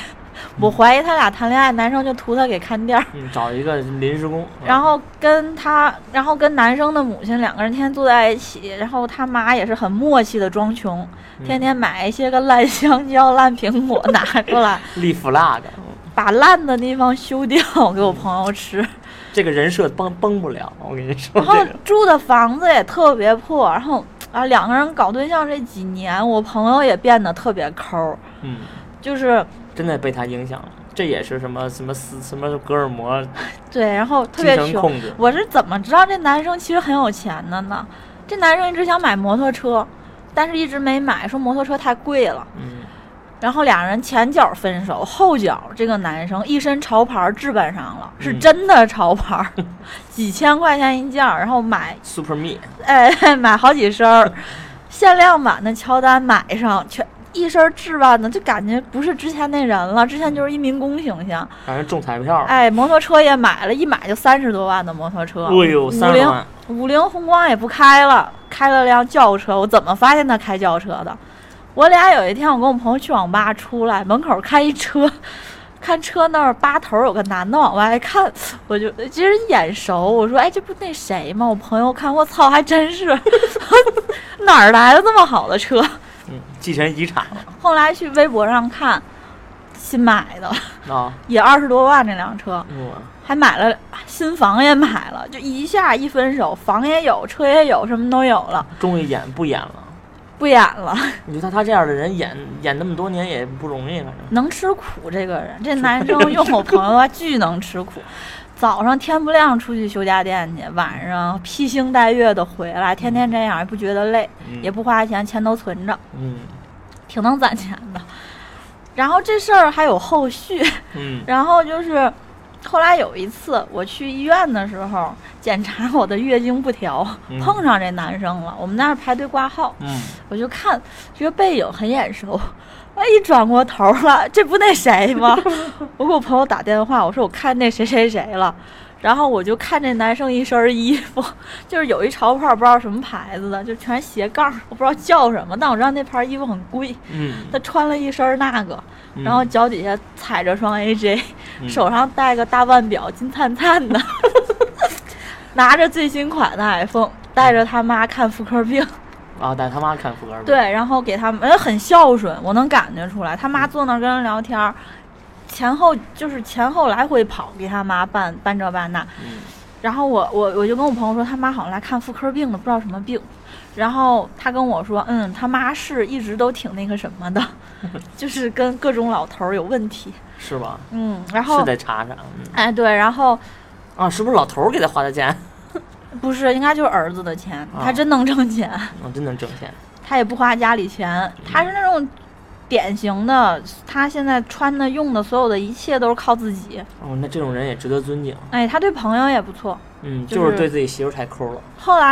我怀疑他俩谈恋爱，男生就图他给看店儿，
找一个临时工，
然后跟男生的母亲2个人天天住在一起，然后他妈也是很默契的装穷，天天买一些个烂香蕉、烂苹果拿过来，
立 flag，
把烂的地方修掉给我朋友吃。
这个人设崩不了，我跟你说。
然后住的房子也特别破，然后2个人搞对象这几年，我朋友也变得特别抠，就是
真的被他影响了。这也是什么格尔摩，
对，然后特别穷。我是怎么知道这男生其实很有钱的呢？这男生一直想买摩托车，但是一直没买，说摩托车太贵了。然后2人前脚分手，后脚这个男生一身潮牌置办上了，是真的潮牌，几千块钱一件，然后买
Super Me，
买好几身，限量版的乔丹买上，全一身置办的，就感觉不是之前那人了，之前就是一民工形象，
感觉中彩票。
摩托车也买了，一买就30多万的摩托车，
哎呦，30万。
50宏光也不开了，开了辆轿车。我怎么发现他开轿车的？我俩有一天我跟我朋友去网吧出来，门口开一车，看车那儿扒头有个男的往外看，我就其实眼熟，我说这不那谁吗？我朋友看，我操，还真是哪儿来的这么好的车？
继承遗产了。
后来去微博上看，新买的也20多万这辆车，还买了新房也买了，就一下一分手，房也有，车也有，什么都有了。
终于不演了。
不演了。
你说他这样的人演那么多年也不容易，反正
能吃苦。这个人，这男生用我朋友巨能吃苦。早上天不亮出去修家电去，晚上披星戴月的回来，天天这样也不觉得累，也不花钱，钱都存着，挺能攒钱的。然后这事儿还有后续，然后就是后来有一次我去医院的时候检查我的月经不调，碰上这男生了，我们那儿排队挂号，我就看这个背影很眼熟，一转过头了，这不那谁吗？我给我朋友打电话，我说我看那谁谁谁了，然后我就看这男生一身衣服，就是有一潮牌不知道什么牌子的，就全是斜杠，我不知道叫什么，但我知道那牌衣服很贵，他穿了一身那个，然后脚底下踩着双 AJ，手上戴个大腕表，金灿灿的，拿着最新款的 iPhone， 带着他妈看妇科病。
带他妈看妇科病。
对，然后给他们很孝顺，我能感觉出来，他妈坐那儿跟人聊天，前后来回跑，给他妈办这办那。然后我就跟我朋友说，他妈好像来看妇科病的，不知道什么病。然后他跟我说，他妈是一直都挺那个什么的，就是跟各种老头有问题。
是吧？
然后
是得查查。
对，然后
是不是老头给他花的钱？
不是，应该就是儿子的钱，他真能挣钱。
真能挣钱。他
也不花家里钱，他是那种典型的，他现在穿的用的所有的一切都是靠自己。
那这种人也值得尊敬。
他对朋友也不错。
就是对自己媳妇太抠了。
后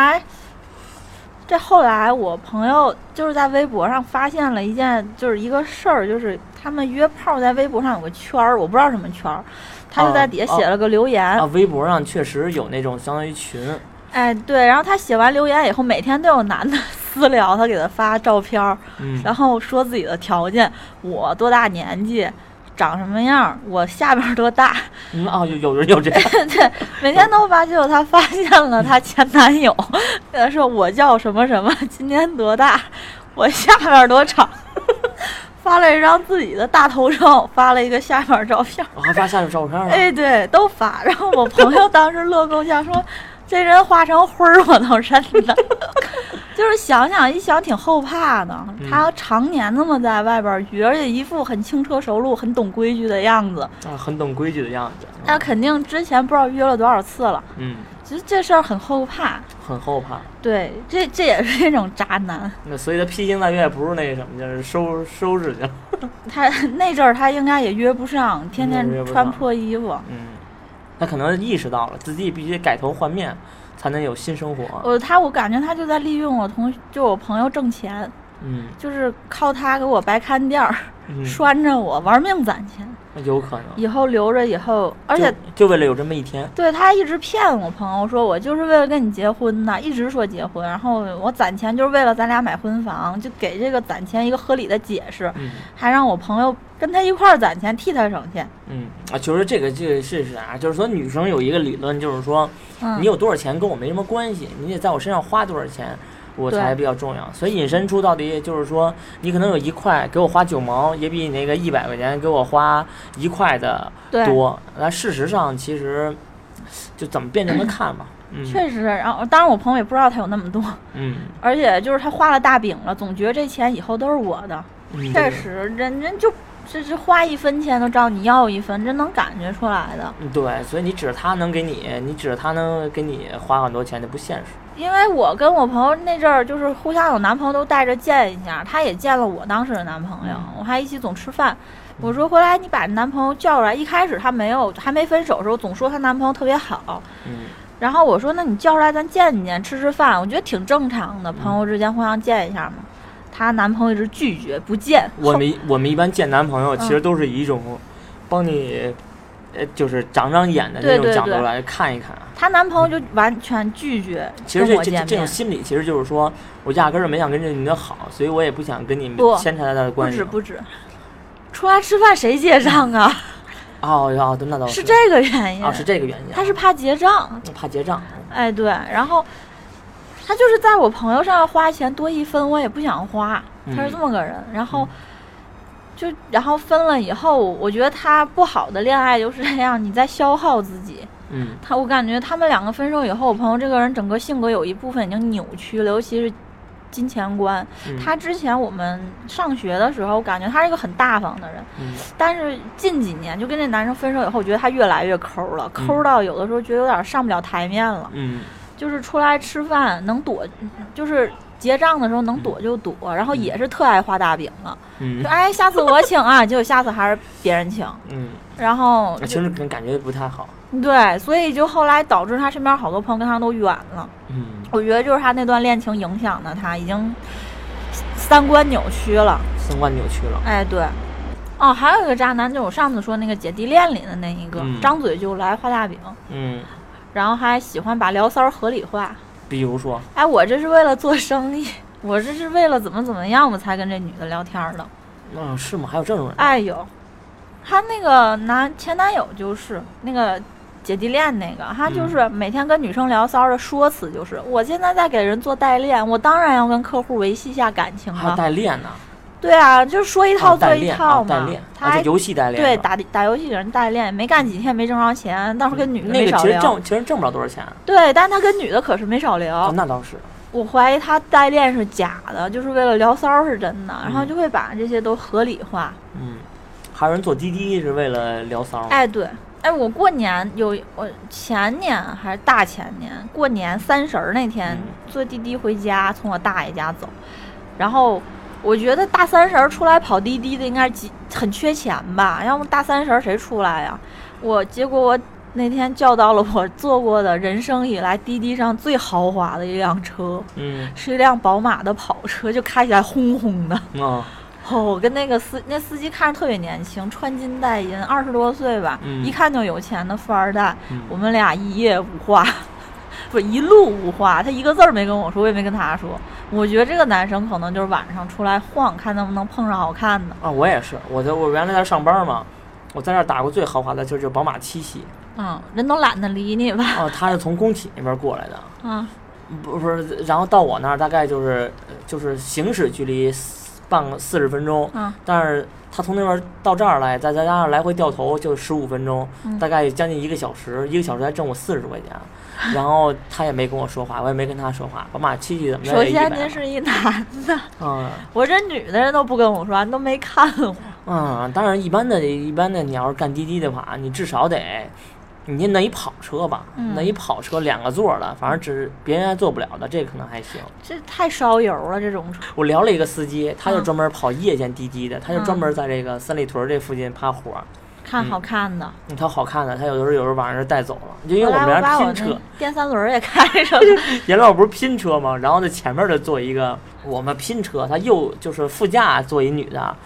来我朋友就是在微博上发现了一个事儿，就是他们约炮在微博上有个圈儿，我不知道什么圈儿，他就在底下写了个留言。
微博上确实有那种相当于群。
对，然后他写完留言以后，每天都有男的私聊他，给他发照片，然后说自己的条件，我多大年纪，长什么样，我下边多大。
有人有这样。
对，每天都发，结果他发现了他前男友，跟他说我叫什么什么，今年多大，我下边多长。发了一张自己的大头照，发了一个下边照片。
还发下边照片了？
对，都发。然后我朋友当时乐够呛，说这人化成灰儿我都认得。就是一想挺后怕的，他常年那么在外边约，而且一副很轻车熟路、很懂规矩的样子。
很懂规矩的样子。
他肯定之前不知道约了多少次了。其实这事儿很后怕。很后怕。对，这也是一种渣男。
所以他披星戴月不是那什么，就是收拾去了。
他那阵儿他应该也约不上，天天穿破衣服。
他可能意识到了自己必须改头换面，才能有新生活。
我感觉他就在利用我朋友挣钱。就是靠他给我白看店儿，拴着我玩命攒钱。
有可能
以后留着以后，而且
就为了有这么一天。
对，他一直骗我朋友说我就是为了跟你结婚的，一直说结婚，然后我攒钱就是为了咱俩买婚房，就给这个攒钱一个合理的解释，还让我朋友跟他一块儿攒钱，替他省钱。
就是这个是啥？就是说女生有一个理论，就是说，你有多少钱跟我没什么关系，你得在我身上花多少钱。我才比较重要，所以引申出到底就是说，你可能有1块给我花9毛，也比那个100块钱给我花1块的多。那事实上，其实就怎么辩证的看吧。
确实，然后当然我朋友也不知道他有那么多。而且就是他画了大饼了，总觉得这钱以后都是我的。确实，人就这是花1分钱都找你要1分，这能感觉出来的。
对，所以你指着他能给你指着他能给你花很多钱，就不现实。
因为我跟我朋友那阵儿就是互相有男朋友都带着见一下，他也见了我当时的男朋友，我还一起总吃饭。我说回来你把男朋友叫出来，一开始他还没分手的时候总说她男朋友特别好，然后我说那你叫出来咱见一见吃饭，我觉得挺正常的，朋友之间互相见一下嘛。她男朋友一直拒绝不见。
我们一般见男朋友其实都是以一种帮你就是长眼的那种角度来看一看。
她男朋友就完全拒绝
跟我见面。其实这种心理其实就是说我压根儿没想跟这女的好，所以我也不想跟你牵扯她的关系。
不止出来吃饭谁结账啊？
那倒
是这个原因。
是这个原因。
他是怕结账。哎，对，然后他就是在我朋友上花钱多1分，我也不想花。他是这么个人，然后分了以后，我觉得他不好的恋爱就是这样，你在消耗自己。我感觉他们2个分手以后，我朋友这个人整个性格有一部分已经扭曲了，尤其是金钱观。他之前我们上学的时候，我感觉他是一个很大方的人，但是近几年就跟这男生分手以后，我觉得他越来越抠了，抠到有的时候觉得有点上不了台面了。就是出来吃饭能躲，就是结账的时候能躲就躲，然后也是特爱画大饼了。就下次我请啊，结果下次还是别人请。然后
其实感觉不太好。
对，所以就后来导致他身边好多朋友跟他都远了。我觉得就是他那段恋情影响的他已经三观扭曲了。哎，对。还有一个渣男，就是我上次说那个姐弟恋里的那一个，张嘴就来画大饼。然后还喜欢把聊骚合理化。
比如说，
我这是为了做生意，我这是为了怎么样，我才跟这女的聊天的。
是吗？还有这种人？
有。他那个前男友就是那个姐弟恋那个，他就是每天跟女生聊骚的说辞就是我现在在给人做代练，我当然要跟客户维系一下感情了。
还有代练呢？
对啊，就是说一套做一套嘛。
代练，他是游戏代练。
对，打游戏给人代练，没干几天没挣着钱，但是跟女的没少聊。
其实挣不了多少钱。
对，但他跟女的可是没少聊。
那倒是。
我怀疑他代练是假的，就是为了聊骚是真的，然后就会把这些都合理化。
还有人坐滴滴是为了聊骚。
对。我过年我前年还是大前年过年30那天坐滴滴回家，从我大爷家走，然后我觉得大30出来跑滴滴的应该很缺钱吧，要不大30谁出来呀？结果我那天叫到了我坐过的人生以来滴滴上最豪华的一辆车，是一辆宝马的跑车，就开起来轰轰的。我跟那司机看着特别年轻，穿金戴银，20多岁吧，一看就有钱的富二代。我们俩一夜无话，不是一路无话，他一个字儿没跟我说，我也没跟他说。我觉得这个男生可能就是晚上出来晃，看能不能碰上好看的。
我也是，我原来在上班嘛，我在那儿打过最豪华的就是宝马7系。
人都懒得理你吧。
他是从工体那边过来的。不是，然后到我那儿大概就是行驶距离40分钟，但是他从那边到这儿来，再加上来回掉头就15分钟，大概将近1个小时，1个小时还挣我40多块钱。然后他也没跟我说话，我也没跟他说话。宝马7系怎么着？
首先您是一男的，我这女的人都不跟我说，你都没看我。
当然一般的，你要是干滴滴的话，你至少得。你弄一跑车吧，弄一跑车2个座的，反正别人还做不了的，这可能还行。
这太烧油了，这种车。
我聊了一个司机，他就专门跑夜间滴滴的，他就专门在这个三里屯这附近趴活，
看好看的。
他好看的，他有时候晚上带走了，就因为我们家拼车，
电3轮也开上。
原来我不是拼车吗？然后那前面就坐一个我们拼车，他就是副驾坐一女的。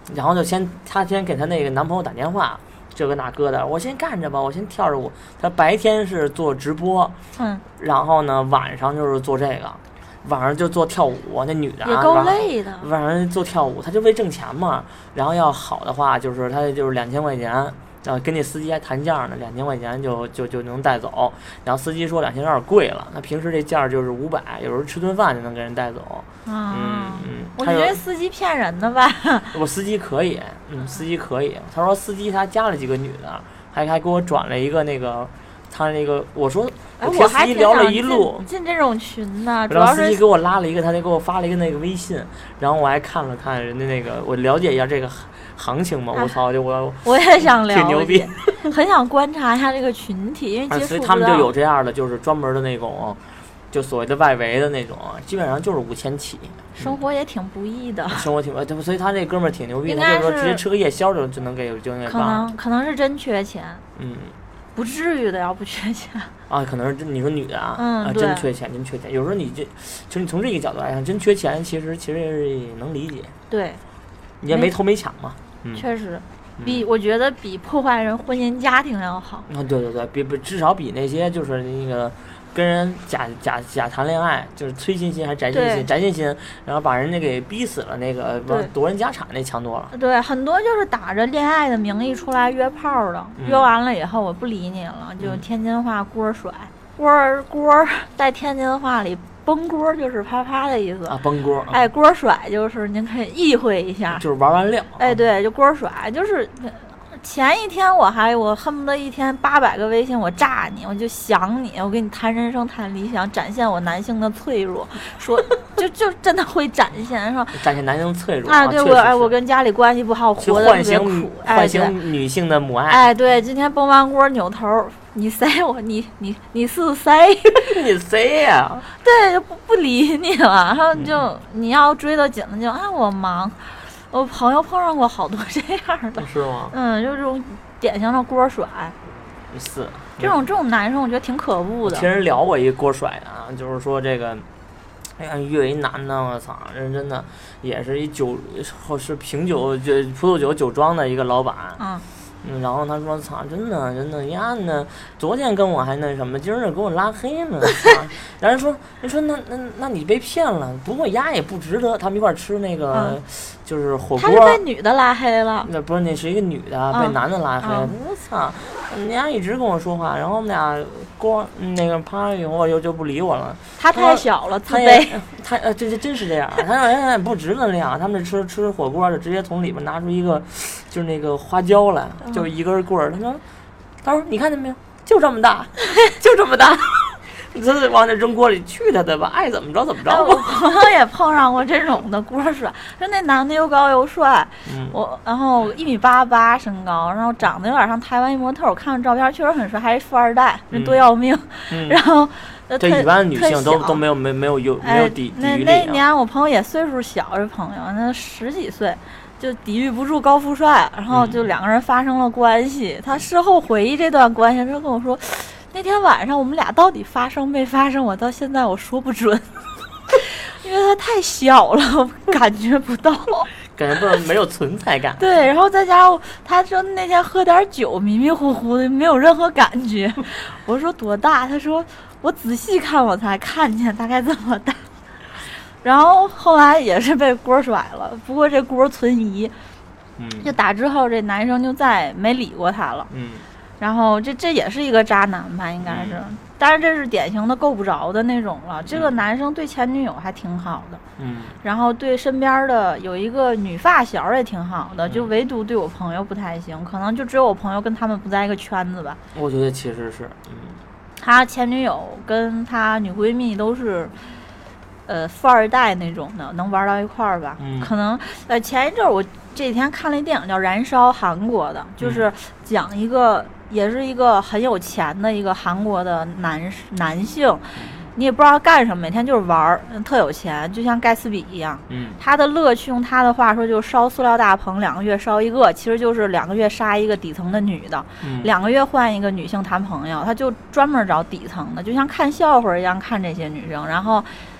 然后她先给她那个男朋友打电话，这个那个的，我先干着吧，我先跳着舞。她白天是做直播，然后呢晚上就是做这个。晚上就做跳舞，那女的
也够累的。
晚上做跳舞，她就为挣钱嘛。然后要好的话，就是她就是2000块钱，然后跟那司机还谈价呢，2000块钱就能带走。然后司机说2000有点贵了，那平时这价就是500，有时候吃顿饭就能给人带走。
我觉得司机骗人的吧。
我司机可以，司机可以。他说司机他加了几个女的，还给我转了一个那个。他那个我说我跟司机聊了一路
进这种群呢，
主要是司机给我拉了一个，他就给我发了一个那个微信，然后我还看了看人家那个，我了解一下这个行情嘛。我操，
我也想了解，
挺牛逼，
很想观察一下这个群体，因为接触不到。
所以他们就有这样的，就是专门的那种，就所谓的外围的那种，基本上就是5000起。
生活也挺不易的，
生活挺，所以他这哥们儿挺牛逼的，就是说直接吃个夜宵就能给
可能是真缺钱，不至于的，要不缺钱
啊，可能是你说女的啊，真缺钱，真缺钱。有时候其实你从这个角度来讲，真缺钱，其实也能理解。
对，
你也没偷没抢嘛。
确实，我觉得比破坏人婚姻家庭要好。
对，至少比那些就是那个跟人假谈恋爱，就是催心心还是宅心心，然后把人家给逼死了，那个夺人家产那强多了。
对，很多就是打着恋爱的名义出来约炮的，约完了以后我不理你了，就天津话锅甩，锅在天津话里崩锅就是啪啪的意思
啊，崩锅。
锅甩就是您可以意会一下，
就是玩完料。
对，就锅甩就是。前一天我恨不得一天800个微信，我炸你，我就想你，我跟你谈人生谈理想，展现我男性的脆弱，说就真的会展现，说
展现男性脆弱
啊。对，我跟家里关系不好，活得特别苦，
唤醒女性的母爱。
对，今天崩完锅扭头，你谁我你是谁？
你谁呀？
对，就不理你了，然后你要追得紧了就我忙。我朋友碰上过好多这样的，
是吗？
就这种典型的锅甩。
是
这种男生，我觉得挺可恶的。
听人聊过一个锅甩啊，就是说这个，约一男的，我操，人真的也是一是品酒葡萄酒酒庄的一个老板。然后他说：“操，真的呀呢，昨天跟我还那什么，今儿给我拉黑了。”然后人说那你被骗了，不过丫也不值得。他们一块吃那个就是火锅。他
是被女的拉黑了。
那不是，那是一个女的被男的拉黑了。我操，人家一直跟我说话，然后我们俩那个啪以后就不理我了。
他太小了，自卑。
他这真是这样。他说人家不值得那样，他们吃火锅就直接从里面拿出一个就是那个花椒来。就一根棍儿，他说你看见没有，就这么大，就这么大，你这往那扔锅里去他的吧，爱怎么着怎么着。
我朋友也碰上过这种的锅甩，说那男的又高又帅，然后1.88米身高，然后长得有点像台湾一模特，我看照片确实很帅，还是富二代，人多要命。然后
这一般女性都没有抵御力。
那年我朋友也岁数小，这朋友那10几岁。就抵御不住高富帅，然后就2个人发生了关系。他事后回忆这段关系，他跟我说，那天晚上我们俩到底发生没发生，我到现在我说不准，因为他太小了，我感觉不到，
感觉不没有存在感。
对，然后再加上他说那天喝点酒，迷迷糊糊的，没有任何感觉。我说多大？他说我仔细看我才看见，大概这么大。然后后来也是被锅甩了，不过这锅存疑，就打之后这男生就再没理过他了。然后这也是一个渣男吧，应该是，但是这是典型的够不着的那种了。这个男生对前女友还挺好的，然后对身边的有一个女发小也挺好的，就唯独对我朋友不太行，可能就只有我朋友跟他们不在一个圈子吧。
我觉得其实是，
他前女友跟他女闺蜜都是。富二代那种的，能玩到一块儿吧？可能前一阵我这几天看了一电影叫《燃烧》，韩国的，就是讲一个也是一个很有钱的一个韩国的男性，你也不知道干什么，每天就是玩，特有钱，就像盖茨比一样。他的乐趣用他的话说就是烧塑料大棚，2个月烧一个，其实就是2个月杀一个底层的女的，2个月换一个女性谈朋友，他就专门找底层的，就像看笑话一样看这些女生，然后。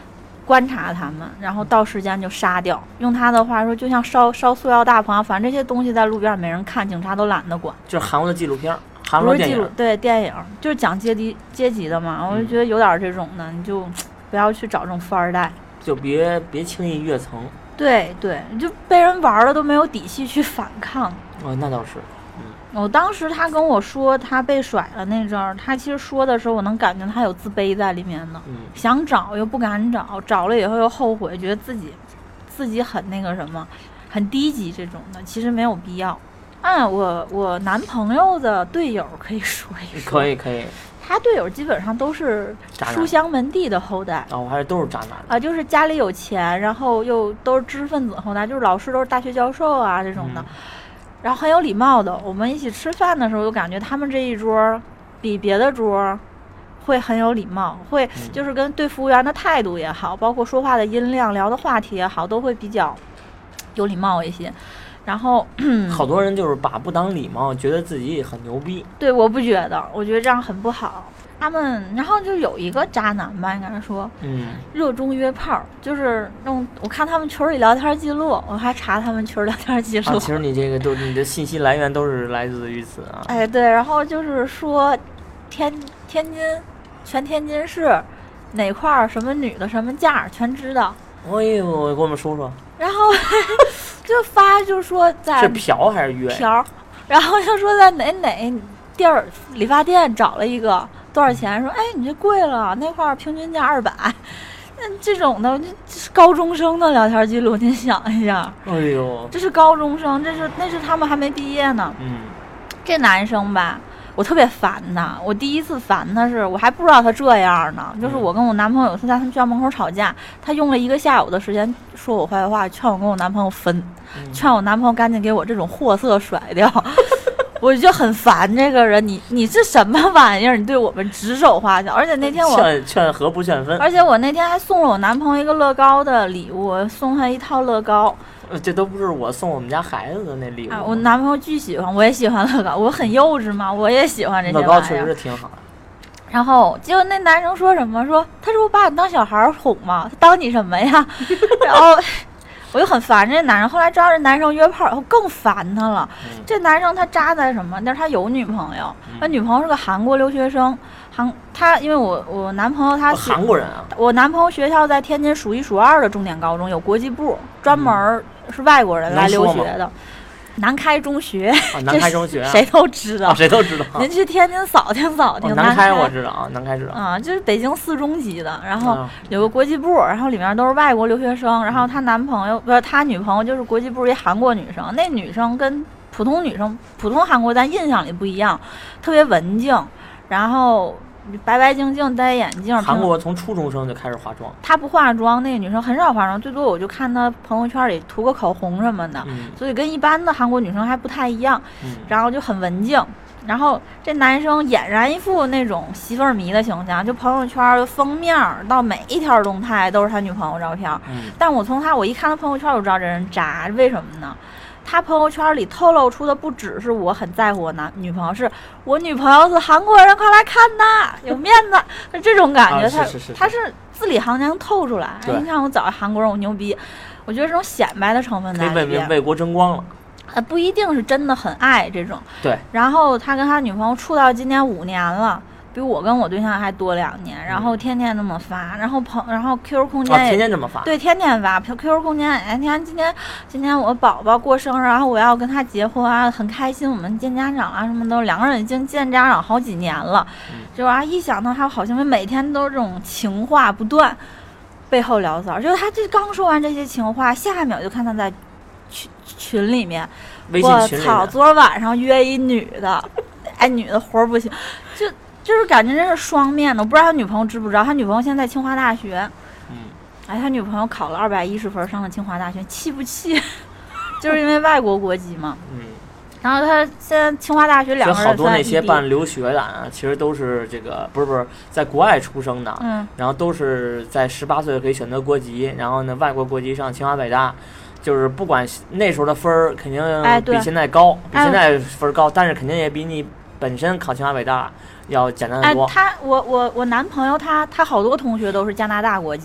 观察他们，然后到时间就杀掉。用他的话说，就像烧塑料大棚，反正这些东西在路边没人看，警察都懒得管。
就是韩国的纪录片，韩国电影，
对，电影就是讲阶级的嘛。我就觉得有点这种的，你就不要去找这种富二代，
就别轻易越层。
对，你就被人玩了都没有底气去反抗。
那倒是。
我当时他跟我说他被甩了那阵儿，他其实说的时候，我能感觉他有自卑在里面的，想找又不敢找，找了以后又后悔，觉得自己很那个什么，很低级这种的，其实没有必要。我男朋友的队友可以说一说。
可以。
他队友基本上都是书香门第的后代
我还是都是渣男
啊，就是家里有钱，然后又都是知识分子后代，就是老师都是大学教授啊这种的。然后很有礼貌的，我们一起吃饭的时候，就感觉他们这一桌比别的桌会很有礼貌，会就是跟对服务员的态度也好，包括说话的音量、聊的话题也好，都会比较有礼貌一些。然后
好多人就是把不当礼貌，觉得自己很牛逼。
对，我不觉得，我觉得这样很不好。他们，然后就有一个渣男吧，应该说，热衷约炮，就是我看他们群里聊天记录，我还查他们群聊天记录。
其实你这个你的信息来源都是来自于此啊。
对，然后就是说，全天津市哪块什么女的什么价全知道。
哎呦，给我们说说。
然后就发，就说在
是嫖还是约？
嫖，然后就说在哪地儿理发店找了一个。多少钱？说你这贵了，那块平均价200。这种的，这是高中生的聊天记录，您想一下。
哎呦，
这是高中生，那是他们还没毕业呢。这男生吧，我特别烦他。我第一次烦他是，我还不知道他这样呢。就是我跟我男朋友有次在他们学校门口吵架，他用了1个下午的时间说我坏话，劝我跟我男朋友分，劝我男朋友赶紧给我这种货色甩掉。我就很烦这个人，你是什么玩意儿？你对我们指手画脚，而且那天我
劝和不劝分，
而且我那天还送了我男朋友一个乐高的礼物，送他一套乐高。
这都不是我送我们家孩子的那礼物。
我男朋友巨喜欢，我也喜欢乐高，我很幼稚嘛，我也喜欢这些玩意儿。
乐高确实是挺好的。
然后结果那男生说什么？说他说我把你当小孩哄吗？他当你什么呀？然后。我就很烦这男生，后来知道这男生约炮以后更烦他了。这男生他渣在什么？但是他有女朋友，他女朋友是个韩国留学生。他因为我男朋友他
韩国人啊，
我男朋友学校在天津数1数2的重点高中，有国际部，专门是外国人来留学的。南开中学，
南开中学
谁都知道，
谁都知道。
您去天津扫听。
南开我知道啊，南开知道
啊，就是北京4中级的，然后有个国际部，然后里面都是外国留学生，然后她男朋友不是她女朋友，就是国际部一韩国女生，那女生跟普通女生、普通韩国咱印象里不一样，特别文静，然后。白净戴眼镜。
韩国从初中生就开始化妆，
她不化妆，那个女生很少化妆，最多我就看她朋友圈里涂个口红什么的，所以跟一般的韩国女生还不太一样。然后就很文静，然后这男生俨然一副那种媳妇儿迷的形象，就朋友圈封面到每一条动态都是他女朋友照片。但我一看他朋友圈我就知道这人渣，为什么呢？他朋友圈里透露出的不只是我很在乎我女朋友，是我女朋友是韩国人，快来看呐，有面子，是这种感觉。他是字里行间透出来。你看我找韩国人，我牛逼，我觉得这种显摆的成分在里边，
为国争光了。
不一定是真的很爱这种。
对。
然后他跟他女朋友处到今年5年了。比我跟我对象还多2年，然后天天这么发，然后QQ 空间也
天天这么发，
对，天天发 QQ 空间。你看今天我宝宝过生日，然后我要跟他结婚啊，很开心，我们见家长啊，什么都2个人已经见家长好几年了，就一想到他好像每天都是这种情话不断，背后聊骚，就是他这刚说完这些情话，下一秒就看他在群里面，我操，昨晚上约一女的，女的活不行，就是感觉这是双面的，我不知道他女朋友知不知道。他女朋友现在在清华大学，他女朋友考了210分上了清华大学，气不气？就是因为外国国籍嘛。然后他现在清华大学2个人
好多那些办留学的啊，其实都是这个不是在国外出生的，然后都是在18岁可以选择国籍，然后呢外国国籍上清华北大。就是不管那时候的分儿肯定比现在高，比现在分高，但是肯定也比你本身考清华北大要简单得多。
我男朋友他好多同学都是加拿大国籍，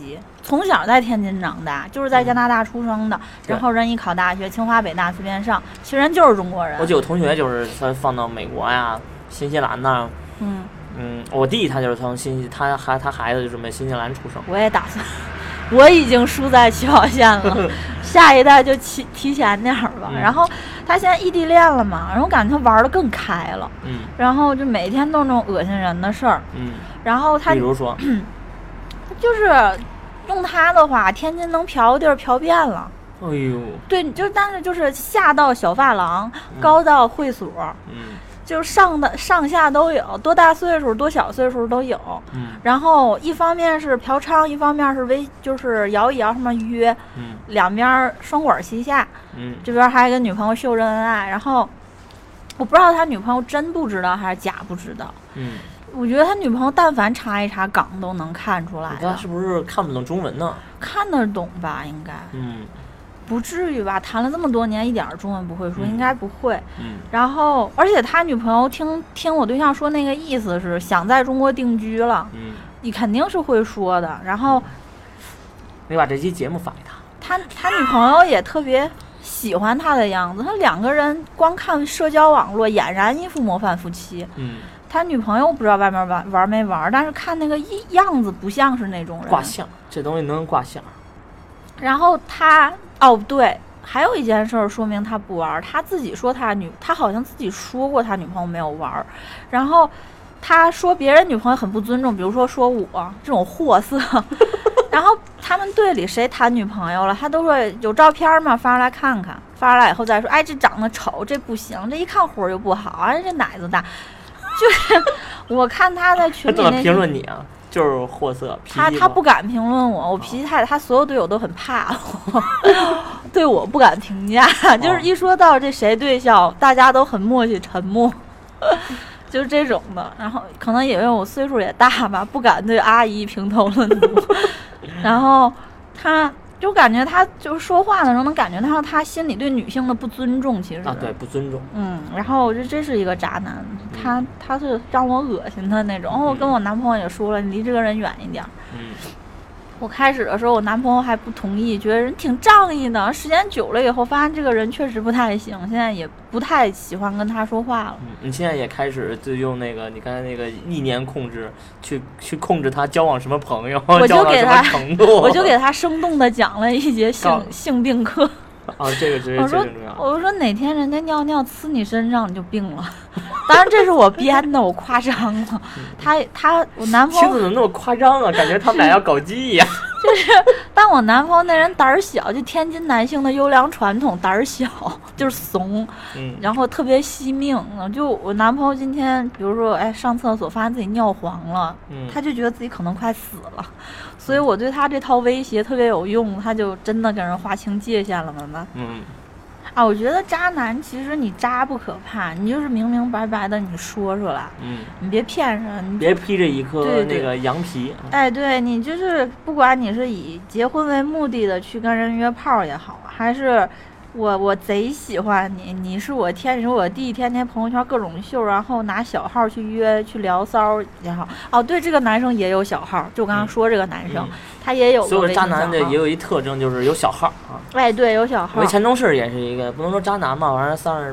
从小在天津长大，就是在加拿大出生的，然后人一考大学，清华北大随便上，其实人就是中国人。
我有同学就是他放到美国呀、新西兰呐，我弟他就是从他孩子就准备新西兰出生。
我也打算，我已经输在起跑线了，下一代就提前点吧。然后他现在异地恋了嘛，然后感觉他玩的更开了，然后就每天都那种恶心人的事儿，然后他
比如说，
就是用他的话，天津能嫖的地儿嫖遍了。
哎呦，
对，但是就是下到小发廊，高到会所，就是上下都有，多大岁数多小岁数都有。然后一方面是嫖娼，一方面是就是摇一摇什么约，两边双管齐下。这边还跟女朋友秀恩爱，然后我不知道他女朋友真不知道还是假不知道。我觉得他女朋友但凡查一查岗都能看出来。
他是不是看不懂中文呢？
看得懂吧，应该。不至于吧？谈了这么多年，一点中文不会说，应该不会。然后，而且他女朋友听我对象说，那个意思是想在中国定居了。你肯定是会说的。然后，
你把这期节目发给他。
他女朋友也特别喜欢他的样子，他两个人光看社交网络，俨然一副模范夫妻。他女朋友不知道外面玩没玩，但是看那个样子不像是那种人。
卦象，这东西能卦象。
然后对，还有一件事说明他不玩，他自己说他好像自己说过他女朋友没有玩，然后他说别人女朋友很不尊重，比如说我这种货色，然后他们队里谁谈女朋友了，他都说有照片吗？发出来看看，发出来以后再说，这长得丑，这不行，这一看活又不好，这奶子大，就是我看他在群里
他怎么评论你啊？就是货色，
他不敢评论我脾气太，他所有队友都很怕我，对我不敢评价，就是一说到这谁对象，大家都很默契沉默，就是这种的。然后可能因为我岁数也大吧，不敢对阿姨评头论足，然后他就感觉他就是说话的时候能感觉到他心里对女性的不尊重，其实
对，不尊重。
然后我觉得这是一个渣男，他是让我恶心的那种。我跟我男朋友也说了，你离这个人远一点。我开始的时候我男朋友还不同意，觉得人挺仗义的，时间久了以后发现这个人确实不太行，现在也不太喜欢跟他说话了。
你现在也开始就用那个你刚才那个意念控制去控制他交往什么朋友，交往什么程度。
我就给他生动的讲了一节性病课。
这个职业最重要。
我说哪天人家尿尿呲你身上你就病了，当然这是我编的，我夸张了。我男朋友
妻子怎么那么夸张啊？感觉他们俩要搞基呀。
就是但我男朋友那人胆儿小，就天津男性的优良传统，胆儿小就是怂，然后特别惜命。就我男朋友今天比如说上厕所发现自己尿黄了，他就觉得自己可能快死了，所以我对他这套威胁特别有用，他就真的跟人划清界限了，慢慢。我觉得渣男其实你渣不可怕，你就是明明白白的你说出来，你别骗人，你
别披着一颗那个羊皮。
对，你就是不管你是以结婚为目的的去跟人约炮也好，还是我贼喜欢你，你是我弟，天天朋友圈各种秀，然后拿小号去约去聊骚也好。对，这个男生也有小号，就我刚刚说这个男生，他也有。
所有渣男的也有一特征，就是有小号
对，有小号。
我前同事也是一个，不能说渣男嘛，反正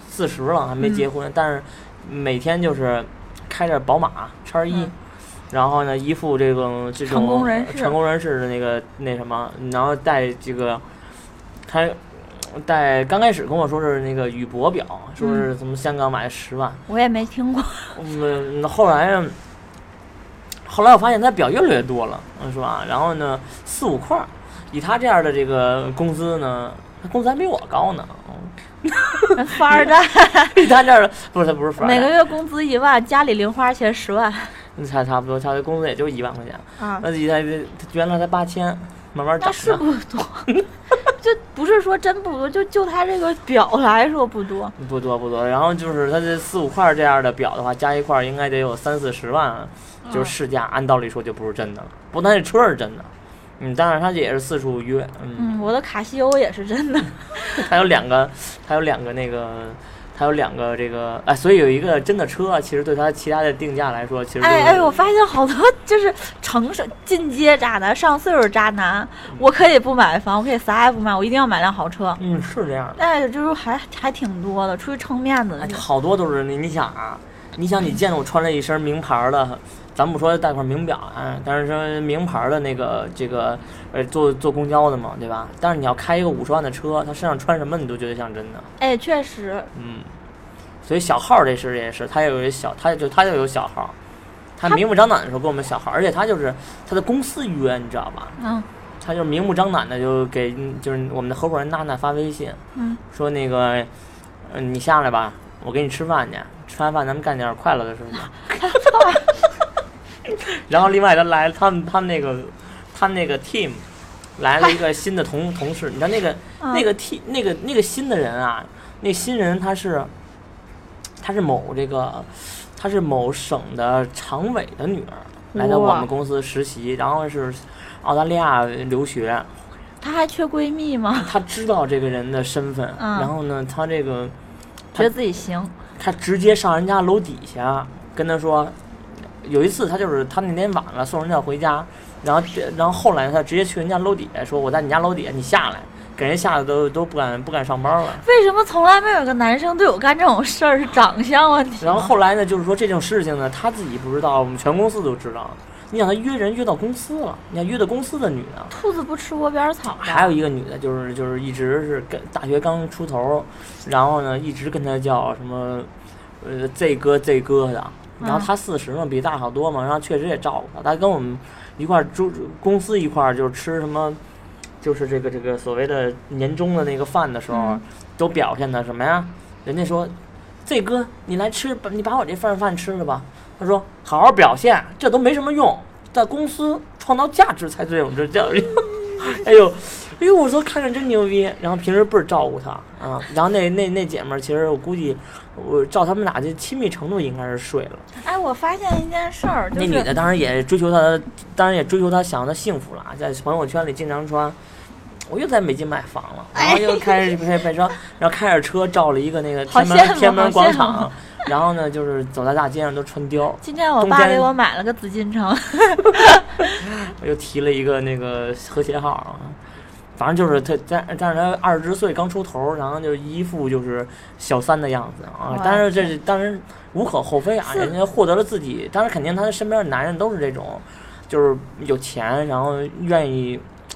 40了还没结婚，但是每天就是开着宝马X1，然后呢一副这种成功人士的那什么，然后带这个刚开始跟我说是那个宇舶表，说是从香港买10万，
我也没听过。
后来我发现他表越来越多了，是吧？然后呢4-5块，以他这样的这个工资呢，他工资还比我高呢。
富二代，
他这儿他不是富二代，
每个月工资1万，家里零花钱10万，
差不多，他的工资也就1万块钱那他原来才8000，慢慢涨。那
是不多。就不是说真不多，就他这个表来说不多。
然后就是他这4-5块这样的表的话，加一块应该得有30-40万，就是市价，按道理说就不是真的了。不但是车是真的，当然他也是四处约。
我的卡西欧也是真的。
他有两个那个， 他有2个这个，所以有一个真的车，其实对他其他的定价来说，其实
我发现好多就是城市进阶渣男、上岁数渣男，我可以不买房，我可以啥也不买，我一定要买辆好车。
是这样的。
就是还挺多的，出去撑面子的。
好多都是你想你见我穿了一身名牌的。咱不说带块名表啊，但是说名牌的那个坐公交的嘛，对吧？但是你要开一个50万的车，他身上穿什么你都觉得像真的。
确实。
所以小号这事也是，他有一小，他就有小号，他明目张胆的时候给我们小号，而且他就是他的公司约，你知道吧？他就明目张胆的就给就是我们的合伙人娜娜发微信，说那个你下来吧，我给你吃饭去，吃完饭咱们干点快乐的事情。然后另外他来他们那个 team 来了一个新的同事，你知道那个新的人啊，那新人他是某省的常委的女儿，来到我们公司实习，然后是澳大利亚留学。
她还缺闺蜜吗？
她知道这个人的身份，然后呢，她这个
觉得自己行，
她直接上人家楼底下跟他说。有一次他那天晚了送人家回家，然后后来他直接去人家楼底下说我在你家楼底下你下来，给人吓得都不敢上班了。
为什么从来没有个男生对我干这种事儿？是长相问题。
然后后来呢，就是说这种事情呢，他自己不知道，我们全公司都知道。你想他约人约到公司了，你看约到公司的女的，
兔子不吃窝边草。
还有一个女的，就是一直是跟大学刚出头，然后呢一直跟他叫什么Z 哥的。然后他40嘛，比大好多嘛，然后确实也照顾他。他跟我们一块住公司一块就是吃什么，就是这个所谓的年终的那个饭的时候，都表现的什么呀？人家说，这哥你来吃，你把我这份饭吃了吧。他说好好表现，这都没什么用，在公司创造价值才最有这教育。哎呦，我说看着真牛逼。然后平时倍儿照顾他啊。然后那姐们儿，其实我估计，我照他们俩这亲密程度应该是睡了。
我发现一件事儿，就是
那女的当然也追求他想要的幸福了，在朋友圈里经常穿。我又在北京买房了，然后又开着配车，然后开着车照了一个那个天安门广场，然后呢就是走在大街上都穿貂。
今天我爸给我买了个紫禁城，
我又提了一个那个和谐号，反正就是但是他20岁刚出头，然后就一副就是小三的样子啊。但是这是当然无可厚非啊，人家获得了自己，当然肯定他身边的男人都是这种，就是有钱，然后愿意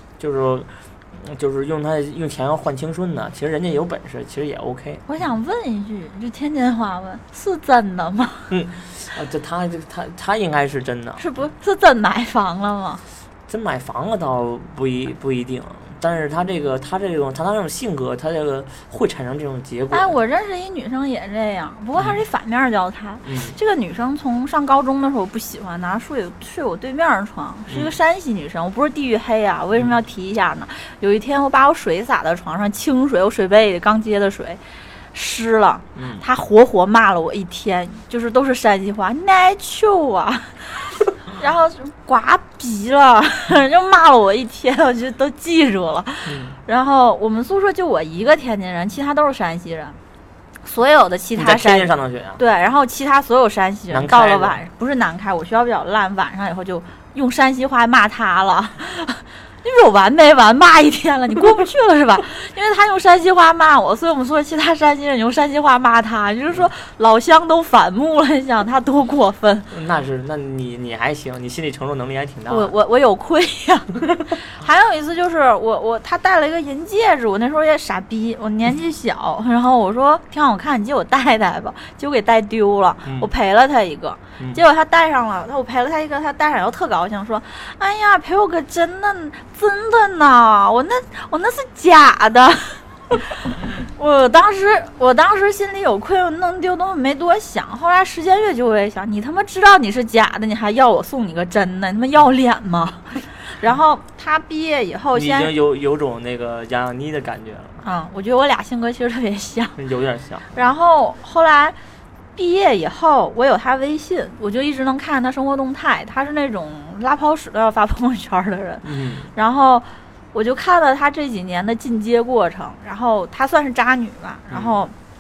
就是用钱换青春的，其实人家有本事，其实也 OK。
我想问一句，就天津话问，是真的吗？
他应该是真的。
是不是真买房了吗？
真买房了倒不一定，但是他那种性格，他这个会产生这种结果。
我认识一女生也这样，不过她是反面教材。这个女生从上高中的时候不喜欢她，睡我对面床，是一个山西女生。我不是地域黑啊，我为什么要提一下呢？有一天我把我水洒在床上，清水，我水杯里刚接的水湿了，她活骂了我一天，就是都是山西话，奶球啊。然后刮鼻了，就骂了我一天，我就都记住了。然后我们宿舍就我一个天津人，其他都是山西人。所有的其他山西，
你在天津上的学啊？
对，然后其他所有山西人到了晚上，不是南开，我学校比较烂，晚上以后就用山西话骂他了。你有完没完？骂一天了，你过不去了是吧？因为他用山西话骂我，所以我们说其他山西人用山西话骂他，就是说老乡都反目了。你想他多过分？
那你还行，你心理承受能力还挺大。
我有愧呀。还有一次就是他戴了一个银戒指，我那时候也傻逼，我年纪小，然后我说挺好看，你借我戴戴吧，结果给戴丢了，我赔了他一个。结果他戴上了，我赔了他一个，他戴上以后特高兴，说：“哎呀，赔我个真的呢，我那是假的。”我当时心里有愧，我弄丢都没多想。后来时间越久，我也想，你他妈知道你是假的，你还要我送你个真的，你他妈要脸吗？然后他毕业以后，
你已经有种那个杨洋妮的感觉了。
我觉得我俩性格其实特别像，
有点像。
然后后来毕业以后，我有他微信，我就一直能看他生活动态。他是那种拉泡屎都要发朋友圈的人。然后我就看了他这几年的进阶过程。然后他算是渣女吧。然后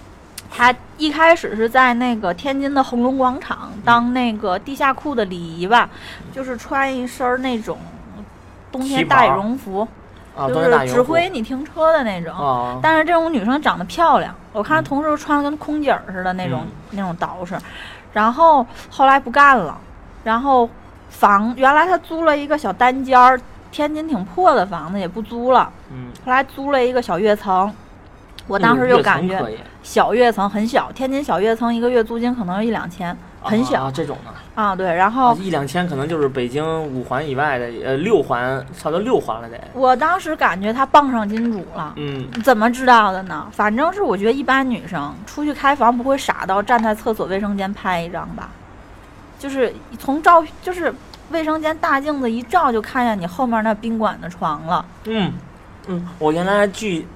他一开始是在那个天津的恒隆广场当那个地下库的礼仪吧，就是穿一身那种冬天大羽绒服，就是指挥你停车的那种。但是这种女生长得漂亮，我看同事穿的跟空姐似的那种捯饬。然后后来不干了，然后原来他租了一个小单间儿，天津挺破的房子也不租了，后来租了一个小跃层。我当时就感觉小跃层很小，天津小跃层一个月租金可能1-2千，很小。
这种的
对，然后
1-2千可能就是北京5环以外的6环，差不多6环了得。
我当时感觉他傍上金主了，怎么知道的呢？反正是我觉得一般女生出去开房不会傻到站在厕所卫生间拍一张吧，就是就是卫生间大镜子一照就看见你后面那宾馆的床了。
我原来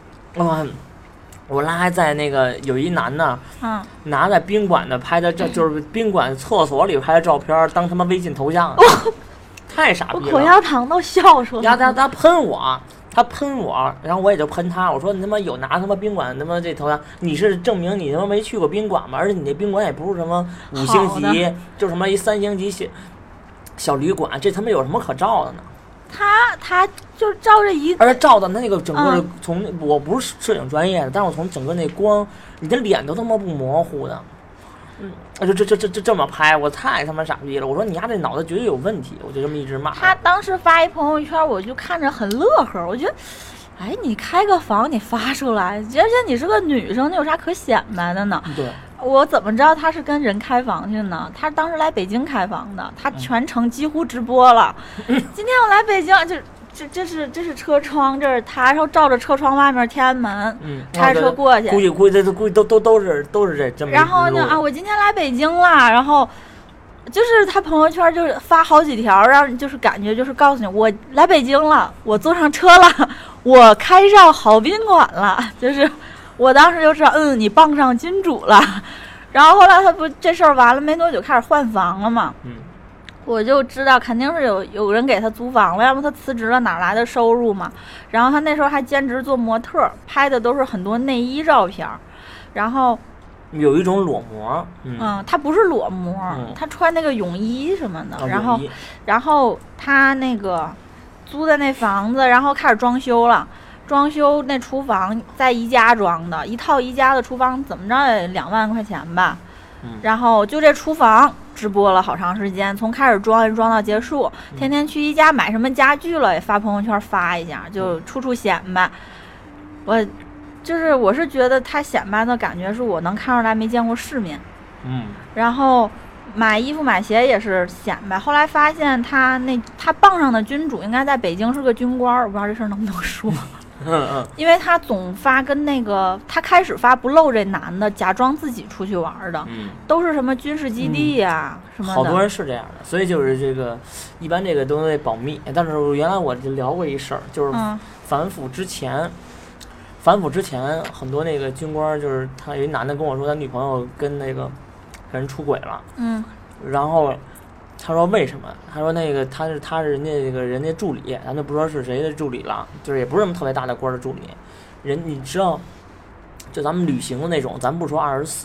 我还在那个有一男的，拿在宾馆的拍的，就是宾馆厕所里拍的照片当他妈微信头像，太傻逼了！
我口香糖都笑出来了。
他喷我，然后我也就喷他。我说你他妈有拿他妈宾馆他妈这头像，你是证明你他妈没去过宾馆吗？而且你那宾馆也不是什么5星级，就什么一3星级小旅馆，这他妈有什么可照的呢？
他就照着一，
而且照的那个整个从我不是摄影专业的，但是我从整个那光，你的脸都他妈不模糊的，这么拍，我太他妈傻逼了！我说你丫这脑子绝对有问题，我就这么一直骂。
他当时发一朋友圈，我就看着很乐呵，我觉得，你开个房你发出来，而且你是个女生，你有啥可显摆的呢？
对。
我怎么知道他是跟人开房去呢？他当时来北京开房的，他全程几乎直播了。今天我来北京，这是车窗，这是他，然后照着车窗外面天安门，开车过去。
估计都是这么。
然后呢我今天来北京了，然后就是他朋友圈就是发好几条，让就是感觉就是告诉你我来北京了，我坐上车了，我开上好宾馆了，就是。我当时就知道，你傍上金主了。然后后来他不这事儿完了没多久开始换房了嘛，我就知道肯定是有人给他租房了，要不他辞职了哪来的收入嘛？然后他那时候还兼职做模特，拍的都是很多内衣照片，然后
有一种裸模，
他不是裸模，他穿那个泳衣什么的，然后他那个租的那房子，然后开始装修了。装修那厨房在宜家装的，一套宜家的厨房怎么着也2万块钱吧，然后就这厨房直播了好长时间，从开始装一直装到结束，天天去宜家买什么家具了也发朋友圈发一下，就处处显摆。我是觉得他显摆的感觉是我能看出来没见过世面，然后买衣服买鞋也是显摆。后来发现他傍上的君主应该在北京是个军官，我不知道这事儿能不能说。因为他总发跟那个他开始发不露这男的，假装自己出去玩的，都是什么军事基地呀、什么的。
好多人是这样的，所以就是这个一般这个都得保密。但是原来我就聊过一事儿，就是反腐之前很多那个军官，就是他有一男的跟我说他女朋友跟人出轨了，然后他说为什么？他说那个他是人家助理，咱就不说是谁的助理了，就是也不是什么特别大的官的助理。你知道，就咱们旅行的那种，咱不说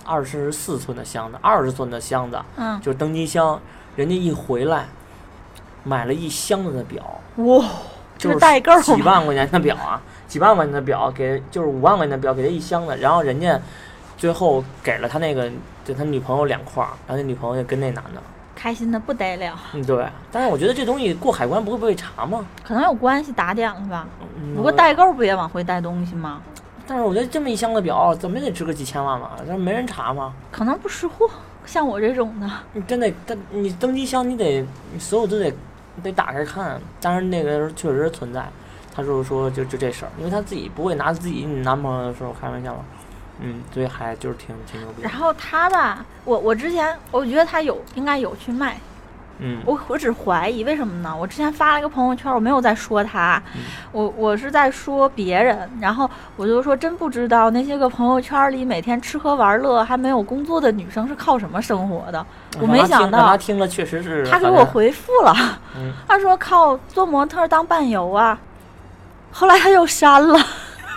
24寸的箱子，20寸的箱子，就是登机箱，人家一回来，买了1箱子的表，
哇，
就是
代购，
几万块钱的表啊，几万块钱的表就是5万块钱的表给他1箱子，然后人家最后给了他就他女朋友2块，然后那女朋友就跟那男的。
开心的不得了。
对，但是我觉得这东西过海关不会被查吗？
可能有关系，打点了吧。不过代购不也往回带东西吗？
但是我觉得这么1箱的表怎么也得值个几千万吧，但是没人查吗？
可能不识货，像我这种的。
你登机箱你所有都得打开看，但是那个确实存在。他就是说就这事儿，因为他自己不会拿自己男朋友的时候开玩笑。所以还就是挺牛逼。
然后他吧，我之前我觉得他应该有去卖，我只怀疑为什么呢？我之前发了一个朋友圈，我没有在说他，我是在说别人，然后我就说真不知道那些个朋友圈里每天吃喝玩乐还没有工作的女生是靠什么生活的。我没想到
他听了确实是，
他给我回复了，他说靠做模特当伴游啊，后来他又删了。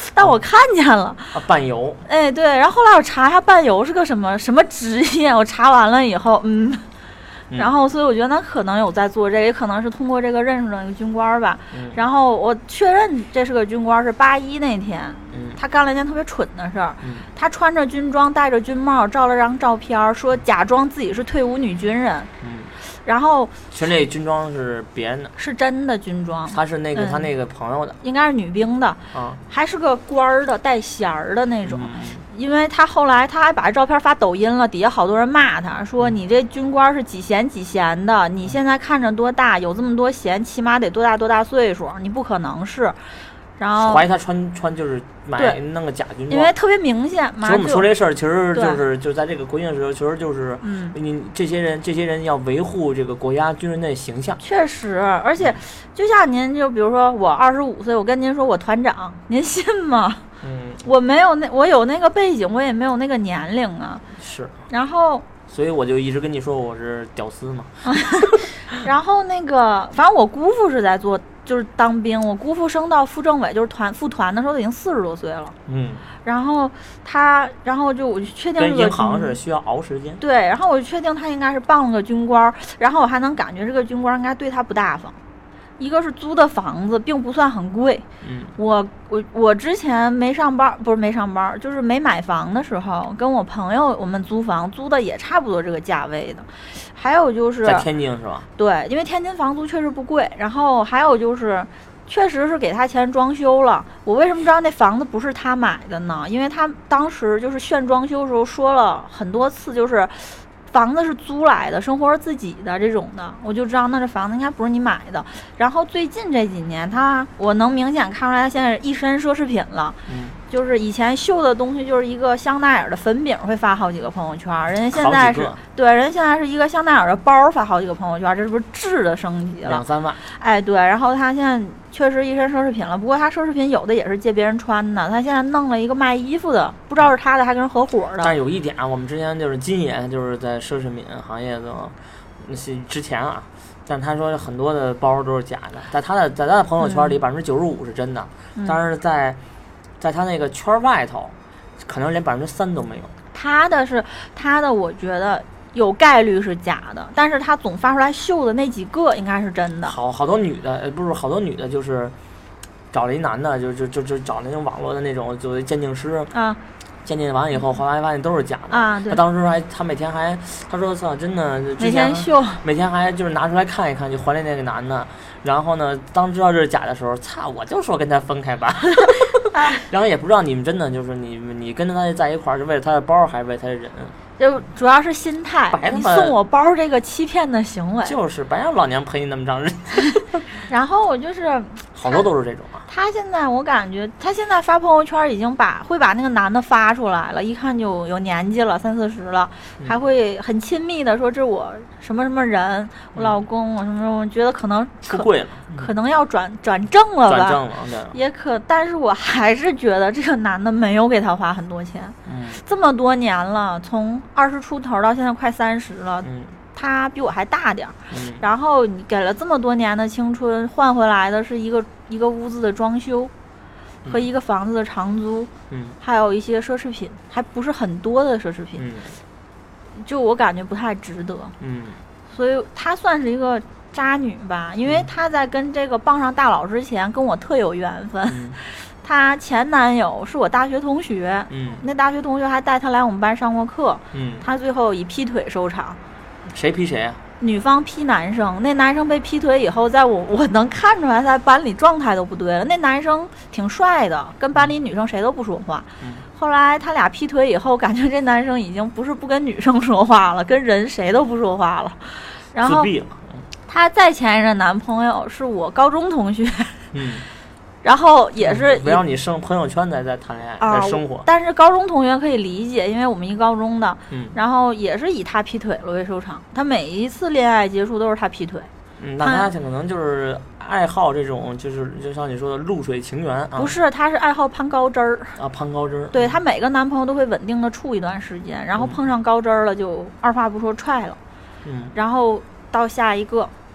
但我看见了
伴游。
哎，对，然后后来我查一下伴游是个什么职业，我查完了以后，然后所以我觉得他可能有在做这个，也可能是通过这个认识了一个军官吧。然后我确认这是个军官是81那天，他干了一件特别蠢的事儿，他穿着军装戴着军帽照了张照片，说假装自己是退伍女军人。然后
其实那军装是别人的，
是真的军装，
他是那个、他那个朋友的，
应该是女兵的还是个官儿的带衔儿的那种。因为他后来他还把照片发抖音了，底下好多人骂他说你这军官是几衔几衔的，你现在看着多大，有这么多衔，起码得多大岁数，你不可能是。然后
怀疑他穿就是弄个假军装，
因为特别明显嘛。
其实我们说这事儿，其实就在这个国庆的时候，其实就是你这些人要维护这个国家军人的形象。
确实，而且就像您就比如说我25岁，我跟您说我团长，您信吗？我没有我有那个背景，我也没有那个年龄啊。
是。
然后，
所以我就一直跟你说我是屌丝嘛。
然后那个，反正我姑父是在做。就是当兵，我姑父升到副政委，就是副团的时候已经40多岁了。然后就我就确定这个
跟银行是需要熬时间。
对，然后我就确定他应该是当了个军官，然后我还能感觉这个军官应该对他不大方。一个是租的房子并不算很贵，我之前没上班，就是没买房的时候，跟我朋友我们租房租的也差不多这个价位的。还有就是
在天津是吧？
对，因为天津房租确实不贵。然后还有就是确实是给他钱装修了。我为什么知道那房子不是他买的呢？因为他当时就是炫装修的时候说了很多次，就是房子是租来的，生活是自己的这种的，我就知道那这房子应该不是你买的。然后最近这几年我能明显看出来他现在一身奢侈品了。就是以前秀的东西就是一个香奈儿的粉饼会发好几个朋友圈，人家现在是对，人家现在是一个香奈儿的包发好几个朋友圈，这是不是质的升级了
？2-3万。
哎，对，然后他现在确实一身奢侈品了，不过他奢侈品有的也是借别人穿的，他现在弄了一个卖衣服的，不知道是他的还跟人合伙的。
但有一点我们之前就是金爷就是在奢侈品行业的之前但他说很多的包都是假的，在他的朋友圈里95%是真的，但是在他那个圈外头，可能连3%都没有。他
的，我觉得有概率是假的，但是他总发出来秀的那几个应该是真的。
好多女的，不是好多女的，就是找了一男的，就找那种网络的那种作为鉴定师鉴定完以后，后来发现都是假的
对。
他当时他每天他说操，真的
每天秀，
每天还就是拿出来看一看，就怀念那个男的。然后呢，当知道这是假的时候，操，我就说跟他分开吧。然后也不知道你们真的就是你跟着他在一块儿是为了他的包还是为了他的人？
就主要是心态，你送我包这个欺骗的行为，
就是白让老娘陪你那么长日子。
然后我就是
好多都是这种
他现在我感觉他现在发朋友圈已经会把那个男的发出来了，一看就有年纪了，30-40了，还会很亲密的说这是我什么什么人，我老公，我什么什么，我觉得可能
出柜了，
可能要转正了吧，
转正了，
也但是我还是觉得这个男的没有给他花很多钱，这么多年了，从20出头到现在快30了，他比我还大点儿，然后你给了这么多年的青春，换回来的是一个屋子的装修，和一个房子的长租，还有一些奢侈品，还不是很多的奢侈品，就我感觉不太值得，所以她算是一个渣女吧，因为她在跟这个傍上大佬之前跟我特有缘分。她前男友是我大学同学，那大学同学还带她来我们班上过课，她最后以劈腿收场。
谁劈谁啊？
女方劈男生，那男生被劈腿以后，在我能看出来，在班里状态都不对了。那男生挺帅的，跟班里女生谁都不说话。后来他俩劈腿以后，感觉这男生已经不是不跟女生说话了，跟人谁都不说话了。然后他再前一任男朋友是我高中同学，然后也是
围绕你朋友圈在谈恋爱，在生活。
但是高中同学可以理解，因为我们一高中的，然后也是以他劈腿了为收场。他每一次恋爱结束都是他劈腿。
那他可能就是爱好这种，就像你说的露水情缘
不是，他是爱好攀高枝儿
攀高枝儿。
对，他每个男朋友都会稳定的处一段时间，然后碰上高枝儿了就二话不说踹了，然后到下一个。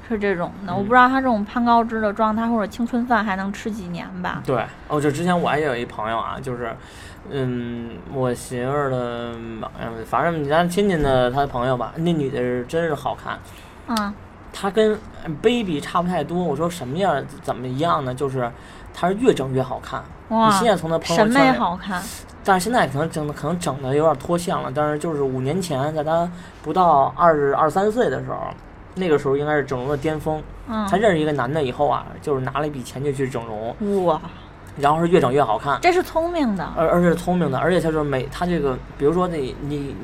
是这种的。我不知道他这种攀高枝的状态或者青春饭还能吃几年吧。
对，这之前我还有一朋友啊，就是我媳妇儿的，反正你家亲戚的他的朋友吧，那女的是真是好看，她跟 baby 差不太多。我说什么样怎么一样呢？就是她是越整越好看。
哇，
你现在从她朋友圈
审美好看，
但是现在可能整的有点脱相了。但是就是5年前，在她不到23岁的时候，那个时候应该是整容的巅峰。她认识一个男的以后啊，就是拿了一笔钱就去整容。
哇！
然后是越整越好看，
这是聪明的，
而且聪明的，而且他说他这个，比如说你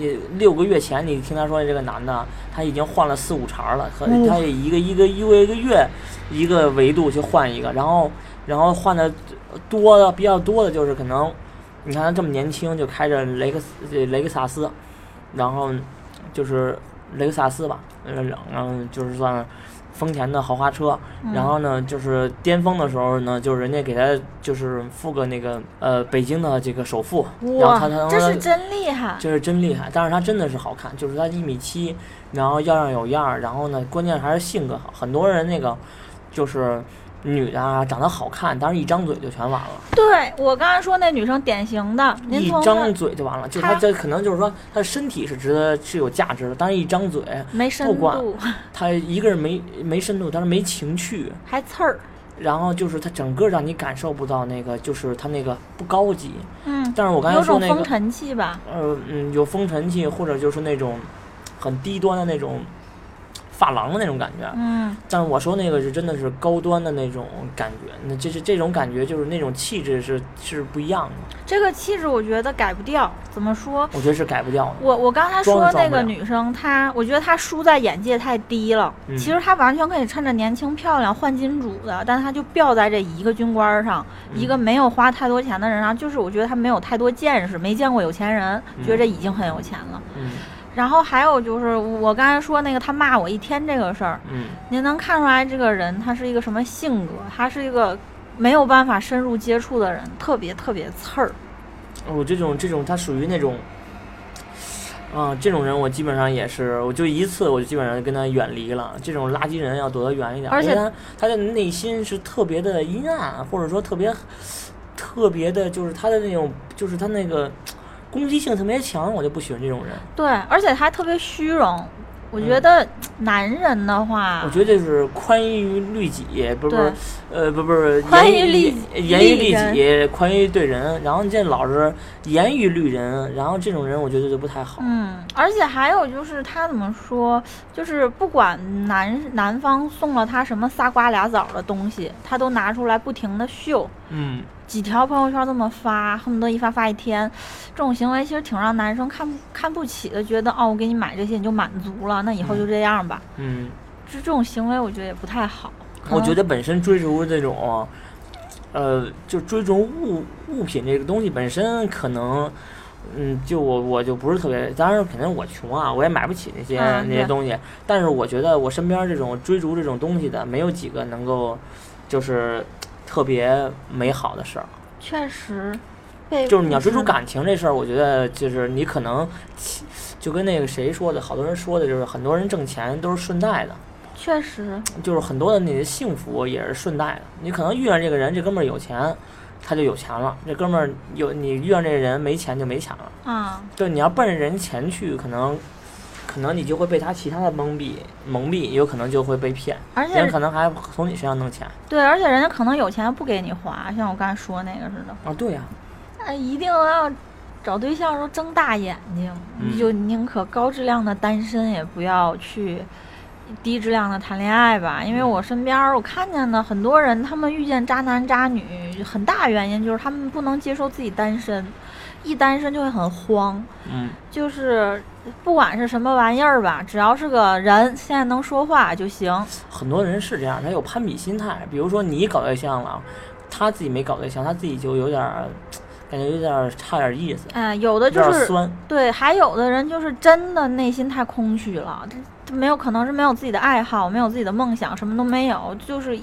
6个月前你听他说这个男的，他已经换了4、5茬了，他也一个月一个维度去换一个，然后换的比较多的就是可能，你看他这么年轻就开着雷克萨斯，然后就是雷克萨斯吧，然后就是算丰田的豪华车，然后呢，就是巅峰的时候呢，就是人家给他就是付个那个北京的这个首付，然后他
这是真厉害，
这是真厉害，但是他真的是好看，就是他1.7米，然后样有样，然后呢，关键还是性格好，很多人那个就是女的啊，长得好看，但是一张嘴就全完了。
对，我刚才说那女生典型的，
一张嘴就完了，就是她这可能就是说她的身体是有价值的，但是一张嘴
没深度，
不管她一个人没深度，但是没情趣，
还刺儿。
然后就是她整个让你感受不到那个，就是她那个不高级。但是我刚才说那个
有种风尘气吧。
有风尘气，或者就是那种很低端的那种发廊的那种感觉，但是我说那个是真的是高端的那种感觉，那这种感觉就是那种气质是不一样的。
这个气质我觉得改不掉，怎么说？
我觉得是改不掉的。
我刚才说那个女生，我觉得她输在眼界太低了。其实她完全可以趁着年轻漂亮换金主的，但她就吊在这一个军官上，一个没有花太多钱的人上，就是我觉得她没有太多见识，没见过有钱人，觉得这已经很有钱了。然后还有就是我刚才说那个他骂我1天这个事儿，您能看出来这个人他是一个什么性格？他是一个没有办法深入接触的人，特别特别刺儿。
我这种他属于那种，这种人我基本上也是，我就一次我就基本上跟他远离了。这种垃圾人要躲得远一点，而且他的内心是特别的阴暗，或者说特别的，就是他的那种，就是他那个攻击性特别强，我就不喜欢这种人。
对，而且他还特别虚荣。我觉得男人的话，
我觉得这是宽于律己，不是
宽于律
己，宽于对人，然后这老是严于律人，然后这种人我觉得就不太好。
而且还有就是他怎么说，就是不管男方送了他什么仨瓜俩枣的东西，他都拿出来不停的秀。几条朋友圈这么发，恨不得一发1天，这种行为其实挺让男生看不起的，觉得我给你买这些你就满足了，那以后就这样吧。这种行为我觉得也不太好。
我觉得本身追逐这种，就追逐物品这个东西本身可能，就我就不是特别，当然肯定我穷啊，我也买不起那些东西，但是我觉得我身边这种追逐这种东西的，没有几个能够，就是特别美好的事儿。
确实，
就是你要追逐感情这事儿，我觉得就是你可能就跟那个谁说的，好多人说的就是很多人挣钱都是顺带的。
确实，
就是很多的你的幸福也是顺带的。你可能遇上这个人，这哥们儿有钱，他就有钱了；这哥们儿你遇上这个人没钱就没钱了。对，你要奔着人钱去，可能你就会被他其他的蒙蔽，有可能就会被骗，
而且
人可能还从你身上弄钱。
对，而且人家可能有钱不给你花，像我刚才说那个似的。
对呀。
一定要找对象的时候睁大眼睛，你就宁可高质量的单身，也不要去低质量的谈恋爱吧。因为我身边我看见的很多人，他们遇见渣男渣女，很大原因就是他们不能接受自己单身，一单身就会很慌。就是不管是什么玩意儿吧，只要是个人现在能说话就行。
很多人是这样，他有攀比心态，比如说你搞对象了，他自己没搞对象，他自己就有点感觉有点差点意思。
有的就是
酸。
对，还有的人就是真的内心太空虚了，他没有，可能是没有自己的爱好，没有自己的梦想，什么都没有，就是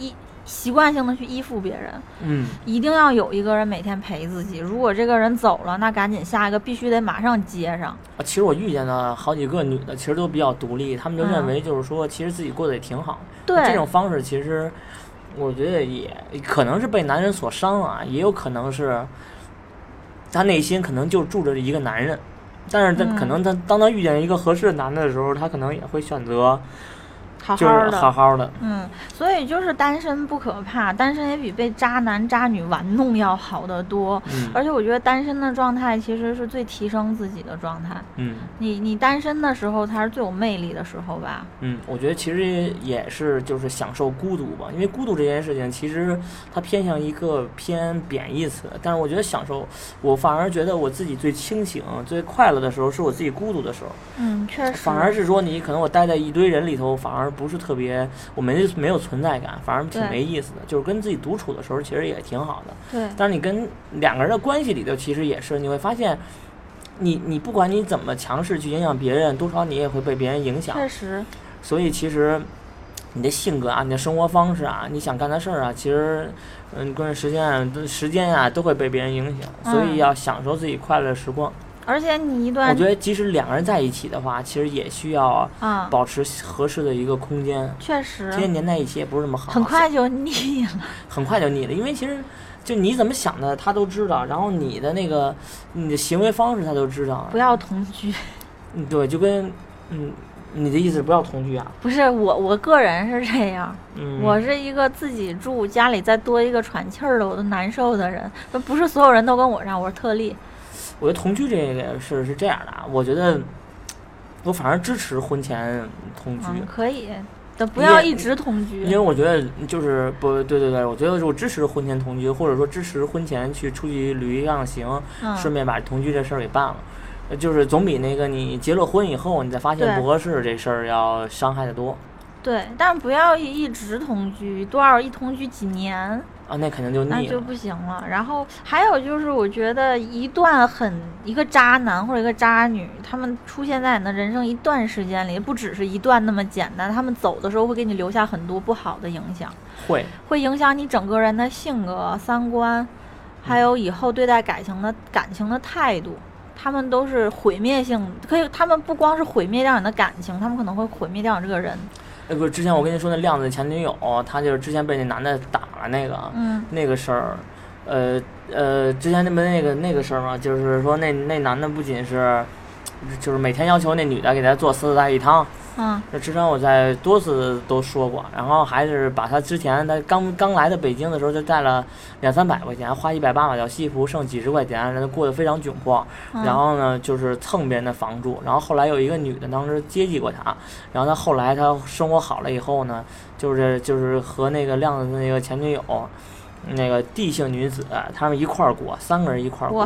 习惯性的去依附别人，一定要有一个人每天陪自己。如果这个人走了，那赶紧下一个必须得马上接上。
其实我遇见的好几个女的，其实都比较独立，她们就认为就是说，其实自己过得也挺好。
对，
这种方式其实我觉得也可能是被男人所伤啊，也有可能是她内心可能就住着一个男人，但是她可能当她遇见一个合适的男的的时候，她可能也会选择就是好好的。
所以就是单身不可怕，单身也比被渣男渣女玩弄要好得多。而且我觉得单身的状态其实是最提升自己的状态。你单身的时候才是最有魅力的时候吧。
我觉得其实也是就是享受孤独吧，因为孤独这件事情其实它偏向一个偏贬义词，但是我觉得享受，我反而觉得我自己最清醒最快乐的时候是我自己孤独的时候。
确实。
反而是说你可能我待在一堆人里头，反而不是特别，我没有存在感，反而挺没意思的。就是跟自己独处的时候，其实也挺好的。
对。
但是你跟两个人的关系里头，其实也是你会发现，你不管你怎么强势去影响别人，多少你也会被别人影响。
确实。
所以其实你的性格啊，你的生活方式啊，你想干的事儿啊，其实跟时间啊都会被别人影响。所以要享受自己快乐的时光。
而且你
我觉得即使两个人在一起的话，其实也需要保持合适的一个空间。
确实，
天天黏在一起也不是那么好，
很快就腻了。
很快就腻了，因为其实就你怎么想的他都知道，然后你的行为方式他都知道。
不要同居。
对，就跟你的意思不要同居啊？
不是，我个人是这样。我是一个自己住家里再多一个喘气儿的我都难受的人，不是所有人都跟我这样，我是特例。
我觉得同居这个事是这样的，我觉得我反而支持婚前同居。
可以，但不要一直同居。
因为我觉得就是不对，我觉得我支持婚前同居，或者说支持婚前去出去旅一趟行，顺便把同居这事儿给办了。就是总比那个你结了婚以后你再发现不合适这事儿要伤害得多。
对，但是不要一直同居，多少一同居几年
那肯定就腻了，
那就不行了。然后还有就是，我觉得一个渣男或者一个渣女，他们出现在你的人生一段时间里，不只是一段那么简单，他们走的时候会给你留下很多不好的影响，会影响你整个人的性格、三观，还有以后对待感情的态度。他们都是毁灭性，他们不光是毁灭掉你的感情，他们可能会毁灭掉你这个人。
不是之前我跟你说那亮子的前女友，她就是之前被那男的打了那个事儿，之前那个事儿嘛，就是说那男的不仅是，就是每天要求那女的给他做4菜一汤。这之前我在多次都说过，然后还是把他之前他刚来的北京的时候就带了200-300块钱，花180买条西服，剩几十块钱，让他过得非常窘迫。然后呢，就是蹭别人的房住。然后后来有一个女的当时接济过他，然后他后来他生活好了以后呢，就是和那个亮子的那个前女友，那个D姓女子，他们一块儿过，3个人一块儿过。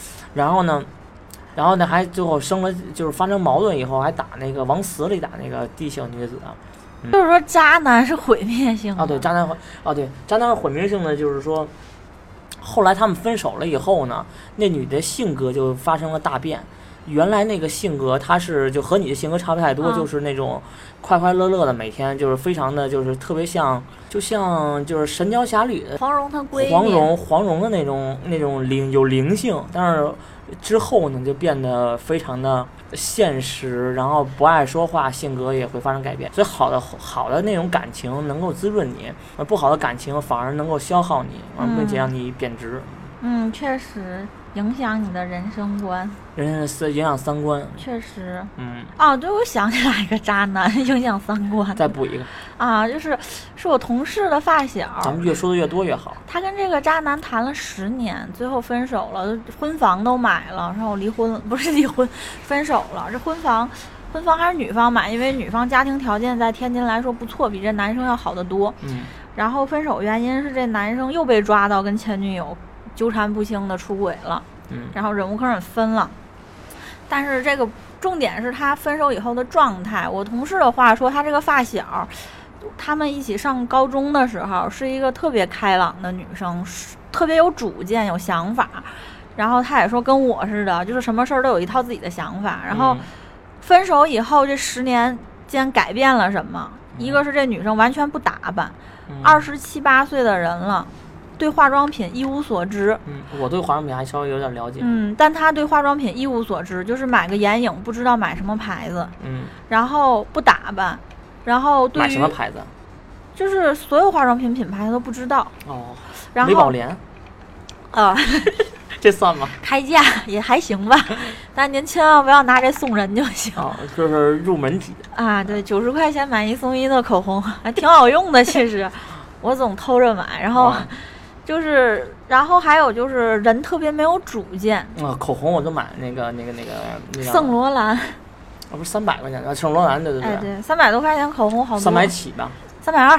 然后呢，还最后生了，就是发生矛盾以后，还往死里打那个D姓女子。
就是说，渣男是毁灭性的。
对，渣男是毁灭性的，就是说，后来他们分手了以后呢，那女的性格就发生了大变。原来那个性格，她就和你的性格差不太多，就是那种快快乐乐的，每天就是非常的，就是特别像就是神雕侠侣的
黄蓉她闺蜜
黄蓉的那种有灵性，但是之后呢就变得非常的现实，然后不爱说话，性格也会发生改变。所以好的那种感情能够滋润你，而不好的感情反而能够消耗你，并且让你贬值。
确实影响你的人生观，
影响三观。
确实。对，我想起来一个渣男影响三观。
再补一个
就是我同事的发小。
咱们越说的越多越好。
他跟这个渣男谈了10年，最后分手了，婚房都买了，然后分手了。这婚房还是女方买，因为女方家庭条件在天津来说不错，比这男生要好得多。然后分手原因是这男生又被抓到跟前女友纠缠不清的出轨了。然后忍无可忍分了。但是这个重点是他分手以后的状态。我同事的话说，他这个发小，他们一起上高中的时候是一个特别开朗的女生，特别有主见有想法。然后他也说跟我似的，就是什么事儿都有一套自己的想法。然后分手以后这10年间改变了什么？ 一个是这女生完全不打扮，27、8岁的人了，对化妆品一无所知。
我对化妆品还稍微有点了解。
但她对化妆品一无所知，就是买个眼影不知道买什么牌子。然后不打扮，然后对于
买什么牌子？
就是所有化妆品品牌都不知道。然后
美宝莲。这算吗？
开价也还行吧，但您千万不要拿这送人就行。
就是入门级
啊，对，90块钱买1送1的口红还挺好用的，其实我总偷着买，然后然后还有就是人特别没有主见。
口红我都买那个
圣罗兰，
不是300块钱的圣罗兰，对。
对，300多块钱口红好多。
300起吧
？320。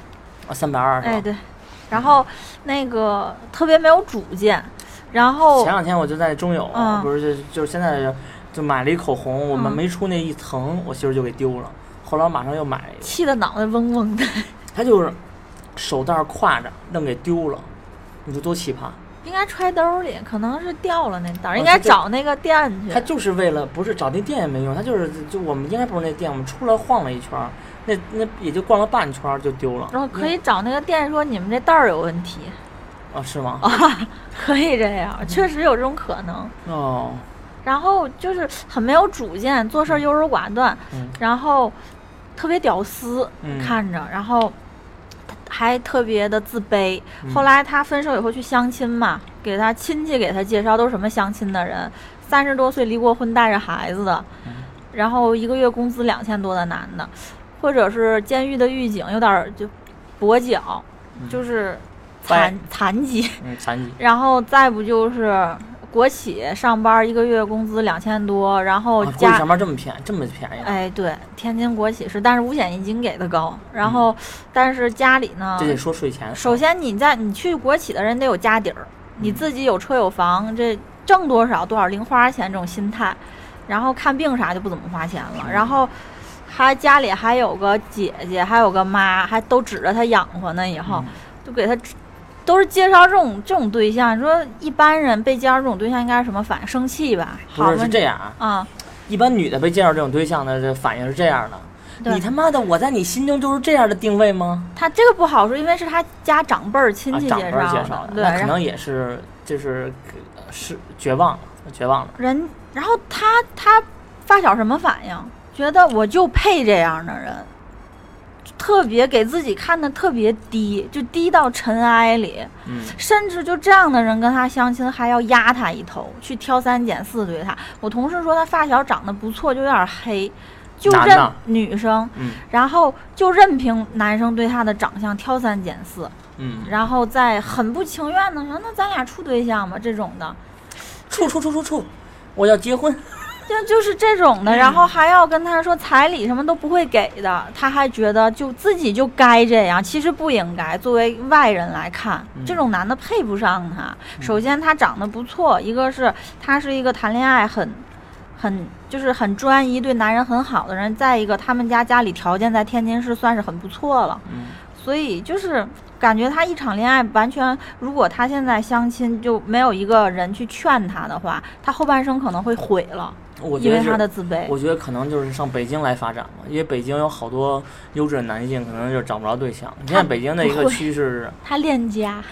320。
哎，对。然后那个特别没有主见。然后
前2天我就在中友，不是就是现在就买了一口红，我们没出那一层，我媳妇就给丢了。后来我马上又买了，
气得脑袋嗡嗡的。
他就是手袋挎着，愣给丢了，你说多奇葩！
应该揣兜里，可能是掉了那袋，应该找那个店去。
他就是为了不是找那店也没用，他就我们应该不是那店，我们出来晃了一圈，那也就逛了半圈就丢了。
然后可以找那个店说你们这袋有问题。
是吗？
可以这样，确实有这种可能。然后就是很没有主见，做事优柔寡断，然后特别屌丝，看着，然后还特别的自卑。后来他分手以后去相亲嘛，给他亲戚给他介绍都是什么相亲的人，30多岁离过婚带着孩子的，然后1个月工资2000多的男的，或者是监狱的狱警，有点就跛脚，就是残疾，
残疾。
然后再不就是国企上班1个月工资2000多，然后
国企上班这么便宜？
哎，对，天津国企是，但是五险一金给的高。然后，但是家里呢，
这得说税前。
首先你去国企的人得有家底儿，你自己有车有房，这挣多少零花钱这种心态，然后看病啥就不怎么花钱了，然后还家里还有个姐姐，还有个妈，还都指着他养活呢，以后就给他。都是介绍这种对象，你说一般人被介绍这种对象应该是什么反应？生气吧？
不是这样啊，一般女的被介绍这种对象的这反应是这样的，你他妈的我在你心中就是这样的定位吗？
他这个不好说，因为是他家长辈儿亲戚介绍的，对，
那可能也是就是绝望了。
然后他发小什么反应？觉得我就配这样的人。特别给自己看的特别低，就低到尘埃里，甚至就这样的人跟他相亲还要压他一头，去挑3拣4对他。我同事说他发小长得不错，就有点黑，就认女生，然后就任凭男生对他的长相挑3拣4，然后再很不情愿的说那咱俩处对象吧，这种的，
处，我要结婚。
就是这种的，然后还要跟他说彩礼什么都不会给的，他还觉得就自己就该这样，其实不应该。作为外人来看，这种男的配不上他。首先他长得不错，一个是他是一个谈恋爱就是很专一，对男人很好的人，再一个他们家里条件在天津市算是很不错了，所以就是感觉他一场恋爱完全，如果他现在相亲就没有一个人去劝他的话，他后半生可能会毁了。因为他的自卑，
我觉得可能就是上北京来发展嘛，因为北京有好多优质的男性，可能就找不着对象。你看北京的一个趋势，
他恋家，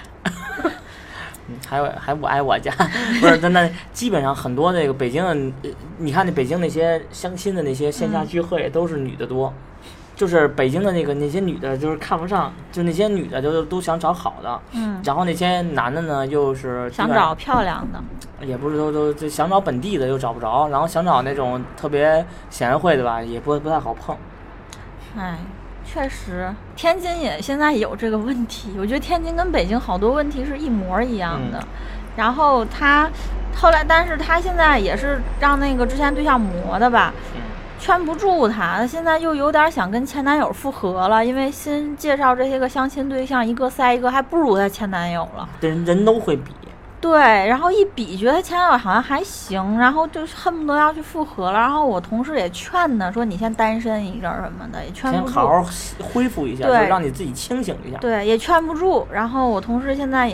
还不挨我家，不是？那基本上很多那个北京的，你看那北京那些相亲的那些线下聚会，都是女的多。就是北京的那些女的，就是看不上，就那些女的就都想找好的，然后那些男的呢，又是
想找漂亮的，
也不是都想找本地的又找不着，然后想找那种特别贤惠的吧，也不太好碰。
哎，确实，天津也现在有这个问题，我觉得天津跟北京好多问题是一模一样的。然后他后来，但是他现在也是让那个之前对象磨的吧。圈不住他现在又有点想跟前男友复合了，因为新介绍这些个相亲对象一个赛一个，还不如他前男友了。
人都会比，
对，然后一比觉得他前男友好像还行，然后就恨不得要去复合了。然后我同事也劝他说你先单身一阵什么的，也劝不住，
先好好恢复一下，就让你自己清醒一下。
对，也劝不住。然后我同事现在也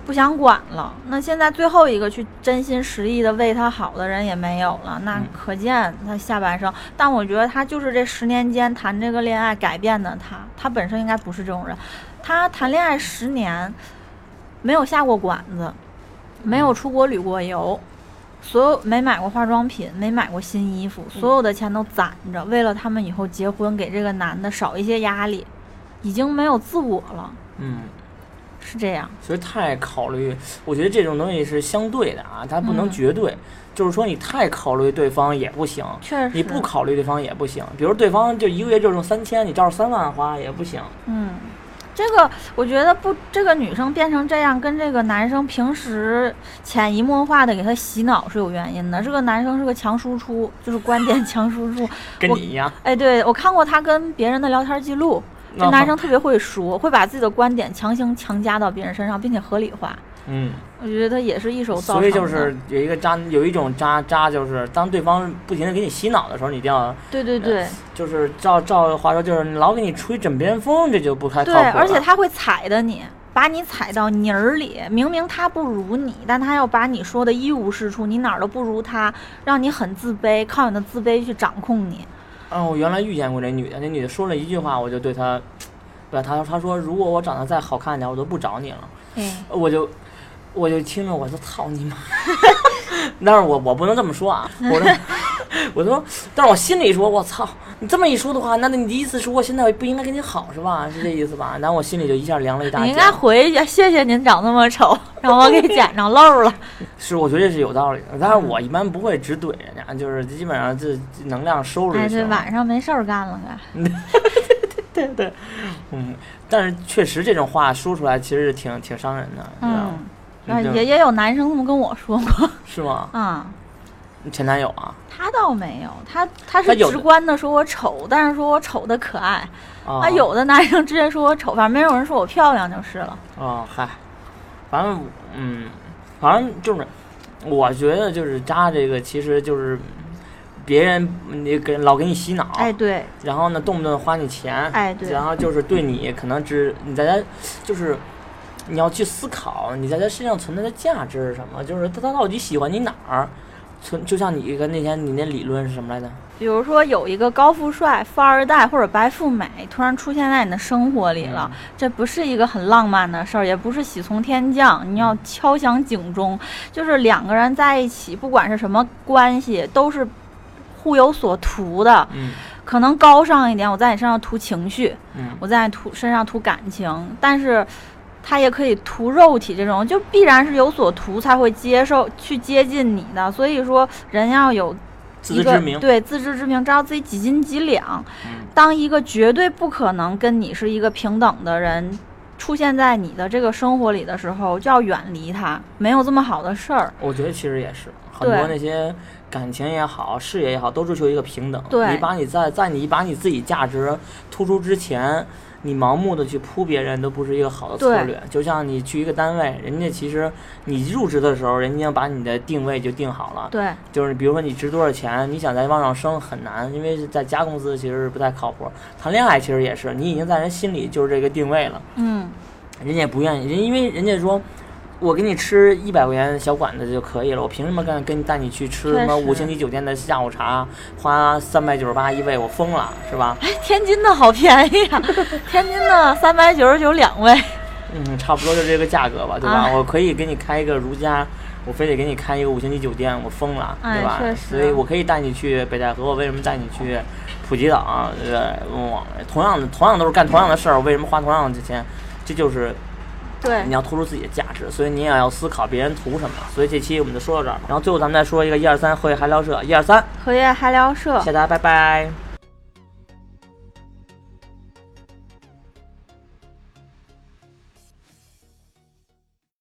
不想管了。那现在最后一个去真心实意的为他好的人也没有了，那可见他下半生。但我觉得他就是这10年间谈这个恋爱改变的他本身应该不是这种人。他谈恋爱10年，没有下过馆子，没有出国旅过游，没买过化妆品，没买过新衣服，所有的钱都攒着，为了他们以后结婚，给这个男的少一些压力，已经没有自我了。是这样。
所以太考虑，我觉得这种东西是相对的啊，它不能绝对。就是说你太考虑对方也不行，
确实，
你不考虑对方也不行。比如对方就1个月就挣3000，你照着3万花也不行。
这个我觉得不，这个女生变成这样，跟这个男生平时潜移默化的给他洗脑是有原因的。这个男生是个强输出，就是观点强输出，
跟你一样。
对，我看过他跟别人的聊天记录，这男生特别会说，会把自己的观点强加到别人身上，并且合理化。我觉得他也是一手造成的。
所以就是有一种渣，就是当对方不停的给你洗脑的时候，你一定要
对，
就是照话说，就是老给你吹枕边风，这就不太靠谱了。
对，而且他会踩的你，把你踩到泥儿里。明明他不如你，但他要把你说的一无是处，你哪儿都不如他，让你很自卑，靠你的自卑去掌控你。
我原来遇见过这女的，那女的说了一句话，我就对她，她说如果我长得再好看点，我都不找你了。我就听着，我说操你妈！但是我不能这么说啊，我说，但是我心里说，我操，你这么一说的话，那你的意思是我现在不应该跟你好是吧？是这意思吧？然后我心里就一下凉了一大截。
你应该回去，谢谢您长那么丑，让我给捡上漏了。
是，我觉得这是有道理的，但是我一般不会直怼人家，就是基本上这能量收着就行。
对，晚上没事儿干了
对，但是确实这种话说出来其实挺伤人的，
也有男生这么跟我说过。
是吗？你前男友啊？他
倒没有，他是直观的说我丑，但是说我丑的可爱。有的男生直接说我丑，反正没有人说我漂亮就是了。
反正就是，我觉得就是渣这个，其实就是别人老给你洗脑，
对，
然后呢动不动花你钱，
对，
然后就是对你可能你在家就是你要去思考你在他身上存在的价值是什么，就是他到底喜欢你哪儿。就像你那天你那理论是什么来着？
比如说有一个高富帅、富二代或者白富美突然出现在你的生活里了，这不是一个很浪漫的事儿，也不是喜从天降，你要敲响警钟。就是2个人在一起，不管是什么关系，都是互有所图的。可能高尚一点，我在你身上图情绪，我在你身上图感情，但是他也可以图肉体，这种就必然是有所图才会去接近你的。所以说人要有
自知之明，
对，自知之明，知道自己几斤几两。当一个绝对不可能跟你是一个平等的人出现在你的这个生活里的时候，就要远离他，没有这么好的事儿。
我觉得其实也是很多那些感情也好，事业也好，都追求一个平等。
对，
你把你把你自己价值突出之前，你盲目的去扑别人都不是一个好的策略。就像你去一个单位，人家其实你入职的时候，人家把你的定位就定好了。
对，
就是比如说你值多少钱，你想再往上升很难，因为在家公司其实不太靠谱。谈恋爱其实也是，你已经在人心里就是这个定位了。人家也不愿意，因为人家说我给你吃100块钱小馆子就可以了，我凭什么跟带你去吃什么5星级酒店的下午茶，花398一位，我疯了是吧？
天津的好便宜啊，天津的399 2位。
差不多就这个价格吧，对吧？我可以给你开一个如家，我非得给你开一个5星级酒店，我疯了，对吧？所以我可以带你去北戴河，我为什么带你去普吉岛？同样都是干同样的事儿，为什么花同样的钱？这就是
对，
你要突出自己的价值，所以你也要思考别人图什么。所以这期我们就说到这儿，然后最后咱们再说一个123荷叶嗨聊社，123
荷叶嗨聊社，
谢谢大家，拜拜。